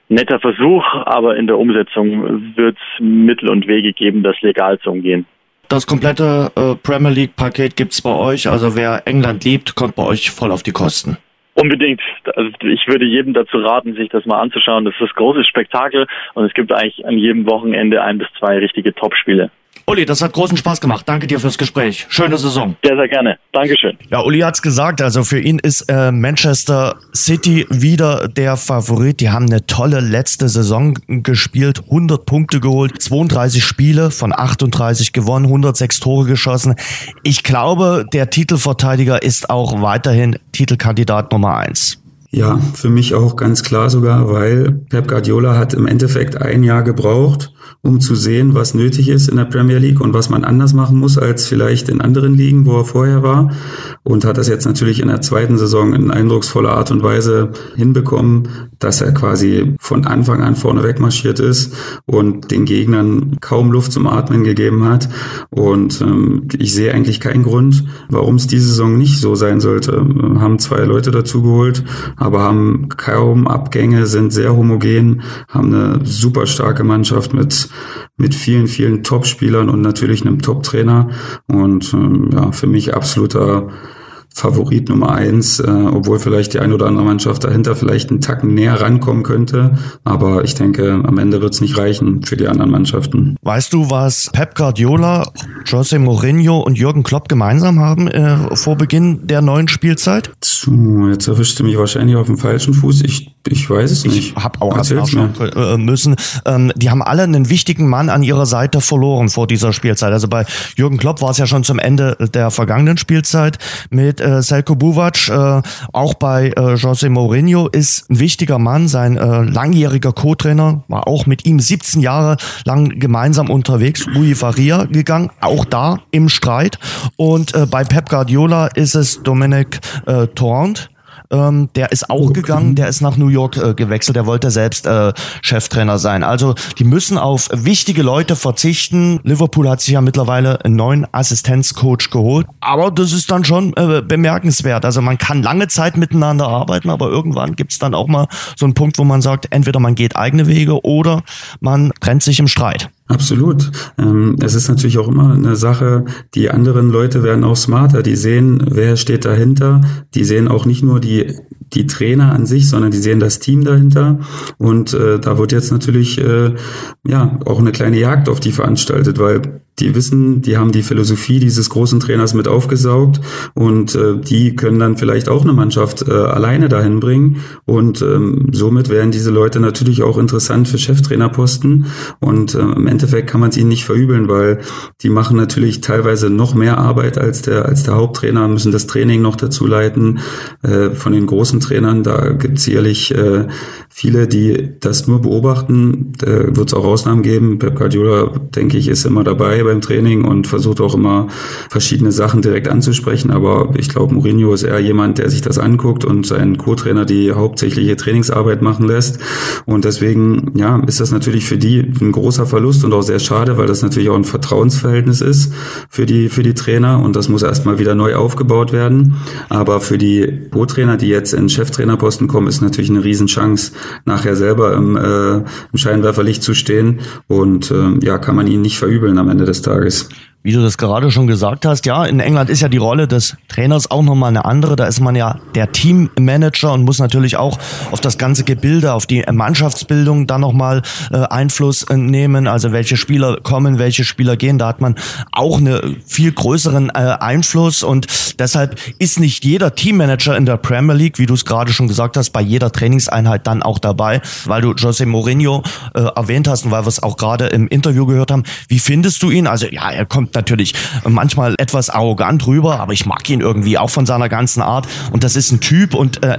netter Versuch, aber in der Umsetzung wird es Mittel und Wege geben, das legal zu umgehen. Das komplette Premier League-Paket gibt's bei euch. Also wer England liebt, kommt bei euch voll auf die Kosten. Unbedingt. Also ich würde jedem dazu raten, sich das mal anzuschauen. Das ist ein großes Spektakel und es gibt eigentlich an jedem Wochenende 1 bis 2 richtige Top-Spiele. Uli, das hat großen Spaß gemacht. Danke dir fürs Gespräch. Schöne Saison. Sehr, sehr gerne. Dankeschön. Ja, Uli hat's gesagt. Also für ihn ist Manchester City wieder der Favorit. Die haben eine tolle letzte Saison gespielt. 100 Punkte geholt, 32 Spiele von 38 gewonnen, 106 Tore geschossen. Ich glaube, der Titelverteidiger ist auch weiterhin Titelkandidat Nummer 1. Ja, für mich auch ganz klar sogar, weil Pep Guardiola hat im Endeffekt 1 Jahr gebraucht, um zu sehen, was nötig ist in der Premier League und was man anders machen muss als vielleicht in anderen Ligen, wo er vorher war. Und hat das jetzt natürlich in der zweiten Saison in eindrucksvoller Art und Weise hinbekommen, dass er quasi von Anfang an vorne wegmarschiert ist und den Gegnern kaum Luft zum Atmen gegeben hat. Und ich sehe eigentlich keinen Grund, warum es diese Saison nicht so sein sollte. Wir haben 2 Leute dazu geholt, aber haben kaum Abgänge, sind sehr homogen, haben eine super starke Mannschaft mit vielen, vielen Top-Spielern und natürlich einem Top-Trainer. Und ja, für mich absoluter Favorit Nummer 1, obwohl vielleicht die ein oder andere Mannschaft dahinter vielleicht einen Tacken näher rankommen könnte. Aber ich denke, am Ende wird es nicht reichen für die anderen Mannschaften. Weißt du, was Pep Guardiola, José Mourinho und Jürgen Klopp gemeinsam haben vor Beginn der neuen Spielzeit? Jetzt erwischst du mich wahrscheinlich auf dem falschen Fuß. Ich weiß es nicht. Ich habe auch erst nachschauen müssen. Die haben alle einen wichtigen Mann an ihrer Seite verloren vor dieser Spielzeit. Also bei Jürgen Klopp war es ja schon zum Ende der vergangenen Spielzeit mit Željko Buvac. Auch bei José Mourinho ist ein wichtiger Mann, sein langjähriger Co-Trainer, war auch mit ihm 17 Jahre lang gemeinsam unterwegs, Rui Faria gegangen, auch da im Streit. Und bei Pep Guardiola ist es Dominic Torrent. Der ist auch gegangen, der ist nach New York gewechselt, der wollte selbst Cheftrainer sein. Also die müssen auf wichtige Leute verzichten. Liverpool hat sich ja mittlerweile einen neuen Assistenzcoach geholt, aber das ist dann schon bemerkenswert. Also man kann lange Zeit miteinander arbeiten, aber irgendwann gibt's dann auch mal so einen Punkt, wo man sagt, entweder man geht eigene Wege oder man trennt sich im Streit. Absolut. Es ist natürlich auch immer eine Sache, die anderen Leute werden auch smarter, die sehen, wer steht dahinter, die sehen auch nicht nur die Trainer an sich, sondern die sehen das Team dahinter und da wird jetzt natürlich auch eine kleine Jagd auf die veranstaltet, weil die wissen, die haben die Philosophie dieses großen Trainers mit aufgesaugt und die können dann vielleicht auch eine Mannschaft alleine dahin bringen und somit werden diese Leute natürlich auch interessant für Cheftrainerposten und im Endeffekt kann man es ihnen nicht verübeln, weil die machen natürlich teilweise noch mehr Arbeit als der Haupttrainer, müssen das Training noch dazu leiten. Von den großen Trainern, da gibt es sicherlich viele, die das nur beobachten. Da wird es auch Ausnahmen geben. Pep Guardiola, denke ich, ist immer dabei beim Training und versucht auch immer verschiedene Sachen direkt anzusprechen. Aber ich glaube, Mourinho ist eher jemand, der sich das anguckt und seinen Co-Trainer die hauptsächliche Trainingsarbeit machen lässt. Und deswegen, ist das natürlich für die ein großer Verlust und auch sehr schade, weil das natürlich auch ein Vertrauensverhältnis ist für die Trainer und das muss erstmal wieder neu aufgebaut werden. Aber für die Co-Trainer, die jetzt in Cheftrainerposten kommen, ist natürlich eine Riesenchance, nachher selber im Scheinwerferlicht zu stehen und kann man ihnen nicht verübeln am Ende des Tages. Wie du das gerade schon gesagt hast, ja, in England ist ja die Rolle des Trainers auch nochmal eine andere. Da ist man ja der Teammanager und muss natürlich auch auf das ganze Gebilde, auf die Mannschaftsbildung dann nochmal Einfluss nehmen. Also welche Spieler kommen, welche Spieler gehen. Da hat man auch einen viel größeren Einfluss und deshalb ist nicht jeder Teammanager in der Premier League, wie du es gerade schon gesagt hast, bei jeder Trainingseinheit dann auch dabei, weil du José Mourinho erwähnt hast und weil wir es auch gerade im Interview gehört haben. Wie findest du ihn? Also ja, er kommt natürlich manchmal etwas arrogant rüber, aber ich mag ihn irgendwie auch von seiner ganzen Art und das ist ein Typ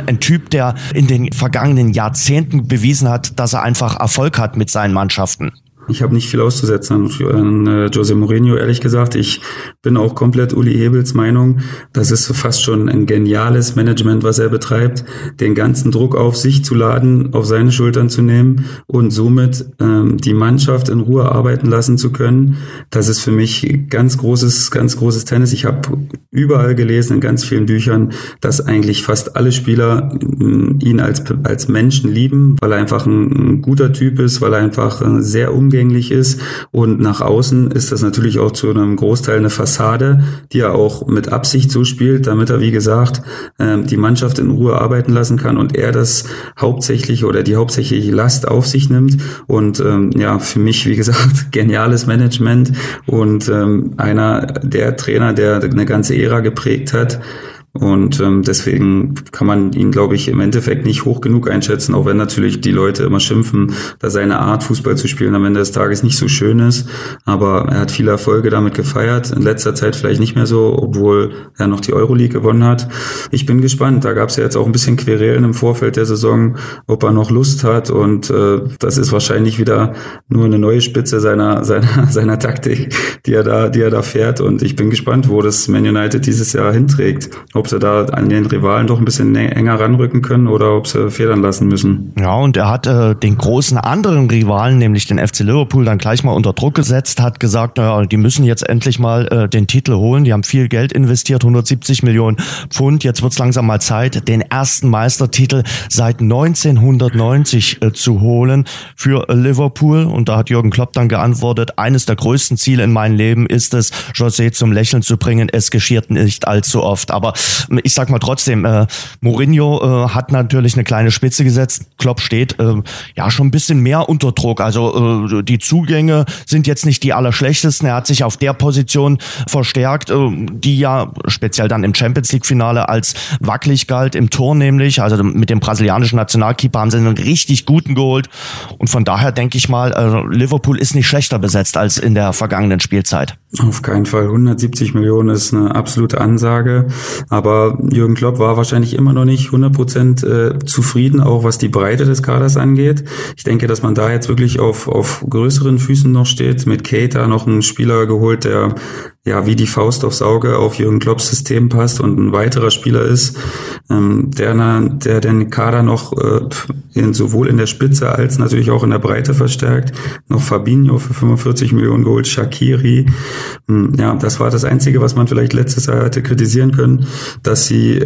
der in den vergangenen Jahrzehnten bewiesen hat, dass er einfach Erfolg hat mit seinen Mannschaften. Ich habe nicht viel auszusetzen an José Mourinho, ehrlich gesagt. Ich bin auch komplett Uli Hebels Meinung. Das ist fast schon ein geniales Management, was er betreibt, den ganzen Druck auf sich zu laden, auf seine Schultern zu nehmen und somit die Mannschaft in Ruhe arbeiten lassen zu können. Das ist für mich ganz großes Tennis. Ich habe überall gelesen, in ganz vielen Büchern, dass eigentlich fast alle Spieler ihn als Menschen lieben, weil er einfach ein guter Typ ist, weil er einfach sehr umgänglich ist, und nach außen ist das natürlich auch zu einem Großteil eine Fassade, die er auch mit Absicht so spielt, damit er, wie gesagt, die Mannschaft in Ruhe arbeiten lassen kann und er das hauptsächliche oder die hauptsächliche Last auf sich nimmt. Und für mich, wie gesagt, geniales Management und einer der Trainer, der eine ganze Ära geprägt hat. Und deswegen kann man ihn, glaube ich, im Endeffekt nicht hoch genug einschätzen, auch wenn natürlich die Leute immer schimpfen, dass seine Art, Fußball zu spielen, am Ende des Tages nicht so schön ist. Aber er hat viele Erfolge damit gefeiert, in letzter Zeit vielleicht nicht mehr so, obwohl er noch die Euroleague gewonnen hat. Ich bin gespannt, da gab es ja jetzt auch ein bisschen Querelen im Vorfeld der Saison, ob er noch Lust hat, und das ist wahrscheinlich wieder nur eine neue Spitze seiner Taktik, die er da fährt, und ich bin gespannt, wo das Man United dieses Jahr hinträgt. Ob sie da an den Rivalen doch ein bisschen enger ranrücken können oder ob sie federn lassen müssen. Ja, und er hat den großen anderen Rivalen, nämlich den FC Liverpool, dann gleich mal unter Druck gesetzt, hat gesagt, naja, die müssen jetzt endlich mal den Titel holen. Die haben viel Geld investiert, 170 Millionen Pfund. Jetzt wird's langsam mal Zeit, den ersten Meistertitel seit 1990 zu holen für Liverpool. Und da hat Jürgen Klopp dann geantwortet, eines der größten Ziele in meinem Leben ist es, José zum Lächeln zu bringen. Es geschieht nicht allzu oft. Aber ich sag mal trotzdem, Mourinho hat natürlich eine kleine Spitze gesetzt. Klopp steht schon ein bisschen mehr unter Druck. Also die Zugänge sind jetzt nicht die allerschlechtesten. Er hat sich auf der Position verstärkt, die ja speziell dann im Champions-League-Finale als wackelig galt, im Tor nämlich. Also mit dem brasilianischen Nationalkeeper haben sie einen richtig guten geholt. Und von daher denke ich mal, Liverpool ist nicht schlechter besetzt als in der vergangenen Spielzeit. Auf keinen Fall. 170 Millionen ist eine absolute Ansage. Aber Jürgen Klopp war wahrscheinlich immer noch nicht 100% zufrieden, auch was die Breite des Kaders angeht. Ich denke, dass man da jetzt wirklich auf größeren Füßen noch steht. Mit Keita noch einen Spieler geholt, der wie die Faust aufs Auge auf Jürgen Klopps System passt und ein weiterer Spieler ist, der den Kader noch sowohl in der Spitze als natürlich auch in der Breite verstärkt. Noch Fabinho für 45 Millionen geholt, Shaqiri. Das war das Einzige, was man vielleicht letztes Jahr hätte kritisieren können, dass sie,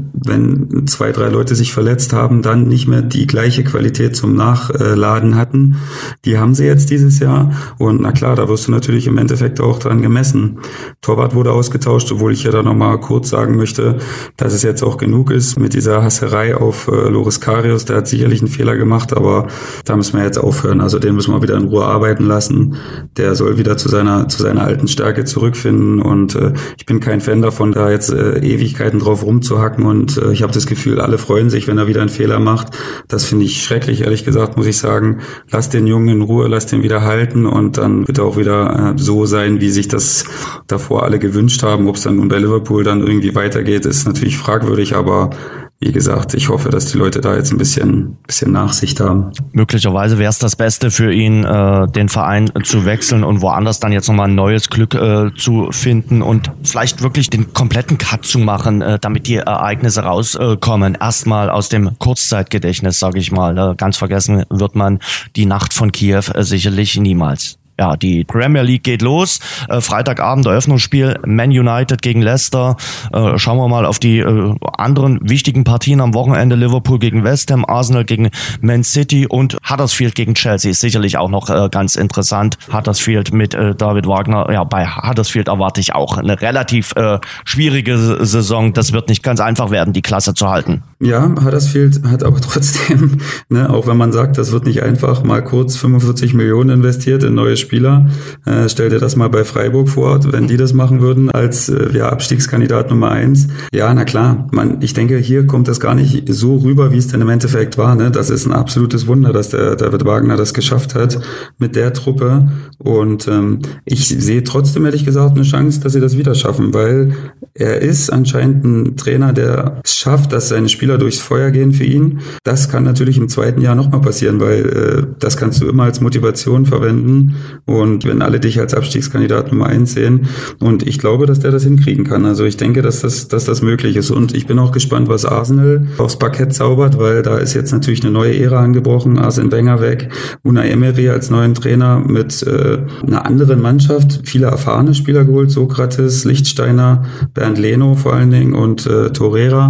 wenn 2, 3 Leute sich verletzt haben, dann nicht mehr die gleiche Qualität zum Nachladen hatten. Die haben sie jetzt dieses Jahr, und na klar, da wirst du natürlich im Endeffekt auch dran gemessen. Torwart wurde ausgetauscht, obwohl ich ja da nochmal kurz sagen möchte, dass es jetzt auch genug ist mit dieser Hasserei auf Loris Karius. Der hat sicherlich einen Fehler gemacht, aber da müssen wir jetzt aufhören. Also den müssen wir wieder in Ruhe arbeiten lassen. Der soll wieder zu seiner alten Stärke zurückfinden, und ich bin kein Fan davon, da jetzt Ewigkeiten drauf rumzuhacken, und ich habe das Gefühl, alle freuen sich, wenn er wieder einen Fehler macht. Das finde ich schrecklich, ehrlich gesagt, muss ich sagen. Lass den Jungen in Ruhe, lass den wieder halten, und dann wird er auch wieder so sein, wie sich das davor alle gewünscht haben. Ob es dann nun bei Liverpool dann irgendwie weitergeht, ist natürlich fragwürdig, aber wie gesagt, ich hoffe, dass die Leute da jetzt ein bisschen Nachsicht haben. Möglicherweise wäre es das Beste für ihn, den Verein zu wechseln und woanders dann jetzt nochmal ein neues Glück zu finden und vielleicht wirklich den kompletten Cut zu machen, damit die Ereignisse rauskommen. Erstmal aus dem Kurzzeitgedächtnis, sage ich mal. Ganz vergessen wird man die Nacht von Kiew sicherlich niemals. Ja, die Premier League geht los. Freitagabend Eröffnungsspiel Man United gegen Leicester. Schauen wir mal auf die anderen wichtigen Partien am Wochenende. Liverpool gegen West Ham, Arsenal gegen Man City und Huddersfield gegen Chelsea. Ist sicherlich auch noch ganz interessant. Huddersfield mit David Wagner. Ja, bei Huddersfield erwarte ich auch eine relativ schwierige Saison. Das wird nicht ganz einfach werden, die Klasse zu halten. Ja, Huddersfield hat aber trotzdem, auch wenn man sagt, das wird nicht einfach, mal kurz 45 Millionen investiert in neue Spieler. Stell dir das mal bei Freiburg vor, wenn die das machen würden als Abstiegskandidat Nummer 1. Ja, na klar, ich denke, hier kommt das gar nicht so rüber, wie es denn im Endeffekt war. Ne? Das ist ein absolutes Wunder, dass der David Wagner das geschafft hat mit der Truppe. Und ich sehe trotzdem, ehrlich gesagt, eine Chance, dass sie das wieder schaffen, weil er ist anscheinend ein Trainer, der es schafft, dass seine Spieler Spieler durchs Feuer gehen für ihn. Das kann natürlich im zweiten Jahr nochmal passieren, weil das kannst du immer als Motivation verwenden und wenn alle dich als Abstiegskandidat Nummer 1 sehen und ich glaube, dass der das hinkriegen kann. Also ich denke, dass das möglich ist und ich bin auch gespannt, was Arsenal aufs Parkett zaubert, weil da ist jetzt natürlich eine neue Ära angebrochen. Arsene Wenger weg, Unai Emery als neuen Trainer mit einer anderen Mannschaft, viele erfahrene Spieler geholt, Sokrates, Lichtsteiner, Bernd Leno vor allen Dingen und Torreira.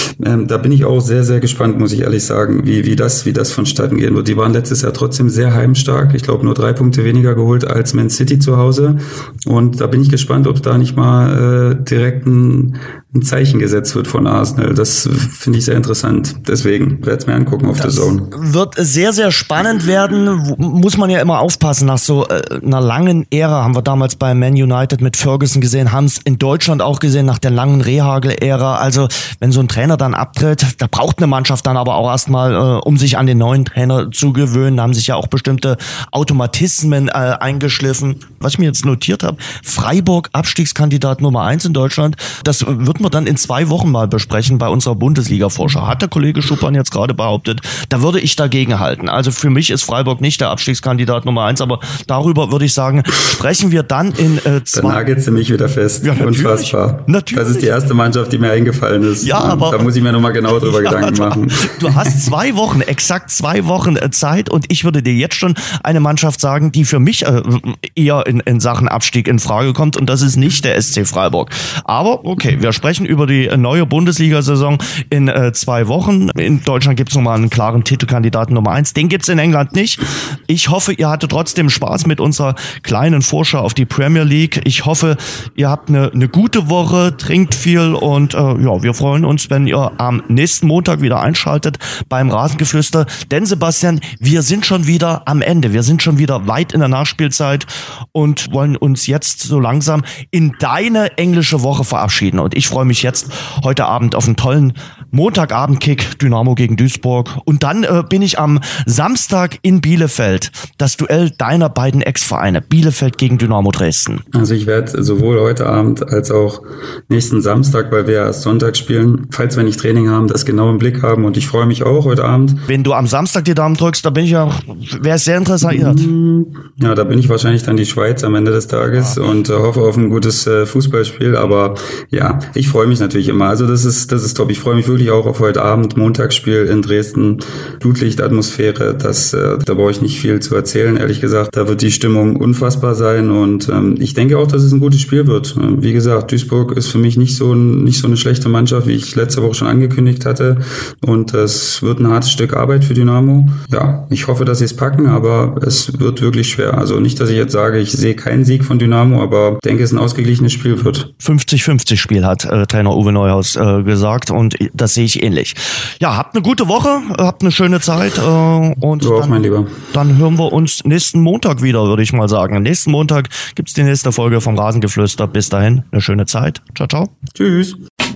Da bin ich auch sehr, sehr gespannt, muss ich ehrlich sagen, wie das vonstatten gehen wird. Die waren letztes Jahr trotzdem sehr heimstark. Ich glaube, nur 3 Punkte weniger geholt als Man City zu Hause. Und da bin ich gespannt, ob da nicht mal direkt ein Zeichen gesetzt wird von Arsenal. Das finde ich sehr interessant. Deswegen werde ich es mir angucken auf The Zone. Wird sehr, sehr spannend werden. Muss man ja immer aufpassen. Nach so einer langen Ära haben wir damals bei Man United mit Ferguson gesehen, haben es in Deutschland auch gesehen nach der langen Rehhagel-Ära. Also wenn so ein Trainer dann abtritt, da braucht eine Mannschaft dann aber auch erstmal, um sich an den neuen Trainer zu gewöhnen. Da haben sich ja auch bestimmte Automatismen eingeschliffen. Was ich mir jetzt notiert habe, Freiburg Abstiegskandidat Nummer 1 in Deutschland. Das wird man dann in 2 Wochen mal besprechen bei unserer Bundesliga-Vorschau. Hat der Kollege Schuppan jetzt gerade behauptet. Da würde ich dagegen halten. Also für mich ist Freiburg nicht der Abstiegskandidat Nummer 1, aber darüber würde ich sagen, sprechen wir dann in 2... Da nagelst du mich wieder fest. Ja, unfassbar. Natürlich. Das ist die erste Mannschaft, die mir eingefallen ist. Ja, aber da muss ich mir nochmal genau drüber Gedanken machen. Du hast 2 Wochen, exakt 2 Wochen Zeit und ich würde dir jetzt schon eine Mannschaft sagen, die für mich eher in Sachen Abstieg in Frage kommt und das ist nicht der SC Freiburg. Aber okay, wir sprechen über die neue Bundesliga-Saison in 2 Wochen. In Deutschland gibt es nochmal einen klaren Titelkandidaten Nummer 1. Den gibt es in England nicht. Ich hoffe, ihr hattet trotzdem Spaß mit unserer kleinen Vorschau auf die Premier League. Ich hoffe, ihr habt eine gute Woche, trinkt viel und wir freuen uns, wenn ihr am nächsten Montag wieder einschaltet beim Rasengeflüster. Denn Sebastian, wir sind schon wieder am Ende. Wir sind schon wieder weit in der Nachspielzeit und wollen uns jetzt so langsam in deine englische Woche verabschieden. Und ich freue mich jetzt heute Abend auf einen tollen Montagabend-Kick, Dynamo gegen Duisburg. Und dann bin ich am Samstag in Bielefeld. Das Duell deiner beiden Ex-Vereine, Bielefeld gegen Dynamo Dresden. Also ich werde sowohl heute Abend als auch nächsten Samstag, weil wir erst Sonntag spielen, falls wir nicht Training haben, das genau im Blick haben. Und ich freue mich auch heute Abend. Wenn du am Samstag die Daumen drückst, da wäre es sehr interessiert. Ja, da bin ich wahrscheinlich dann die Schweiz am Ende des Tages und hoffe auf ein gutes Fußballspiel. Aber ja, ich freue mich natürlich immer. Also das ist top. Ich freue mich wirklich auch auf heute Abend, Montagsspiel in Dresden. Blutlichtatmosphäre, da brauche ich nicht viel zu erzählen, ehrlich gesagt. Da wird die Stimmung unfassbar sein und ich denke auch, dass es ein gutes Spiel wird. Wie gesagt, Duisburg ist für mich nicht so eine schlechte Mannschaft, wie ich letzte Woche schon angekündigt hatte und es wird ein hartes Stück Arbeit für Dynamo. Ja, ich hoffe, dass sie es packen, aber es wird wirklich schwer. Also nicht, dass ich jetzt sage, ich sehe keinen Sieg von Dynamo, aber denke, es ein ausgeglichenes Spiel wird. 50-50 Spiel hat Trainer Uwe Neuhaus gesagt und das sehe ich ähnlich. Ja, habt eine gute Woche, habt eine schöne Zeit und du auch, mein Lieber. Dann hören wir uns nächsten Montag wieder, würde ich mal sagen. Nächsten Montag gibt's die nächste Folge vom Rasengeflüster. Bis dahin, eine schöne Zeit. Ciao, ciao. Tschüss.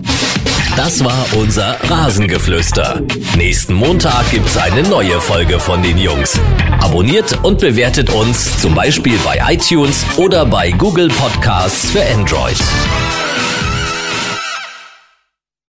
Das war unser Rasengeflüster. Nächsten Montag gibt's eine neue Folge von den Jungs. Abonniert und bewertet uns zum Beispiel bei iTunes oder bei Google Podcasts für Android.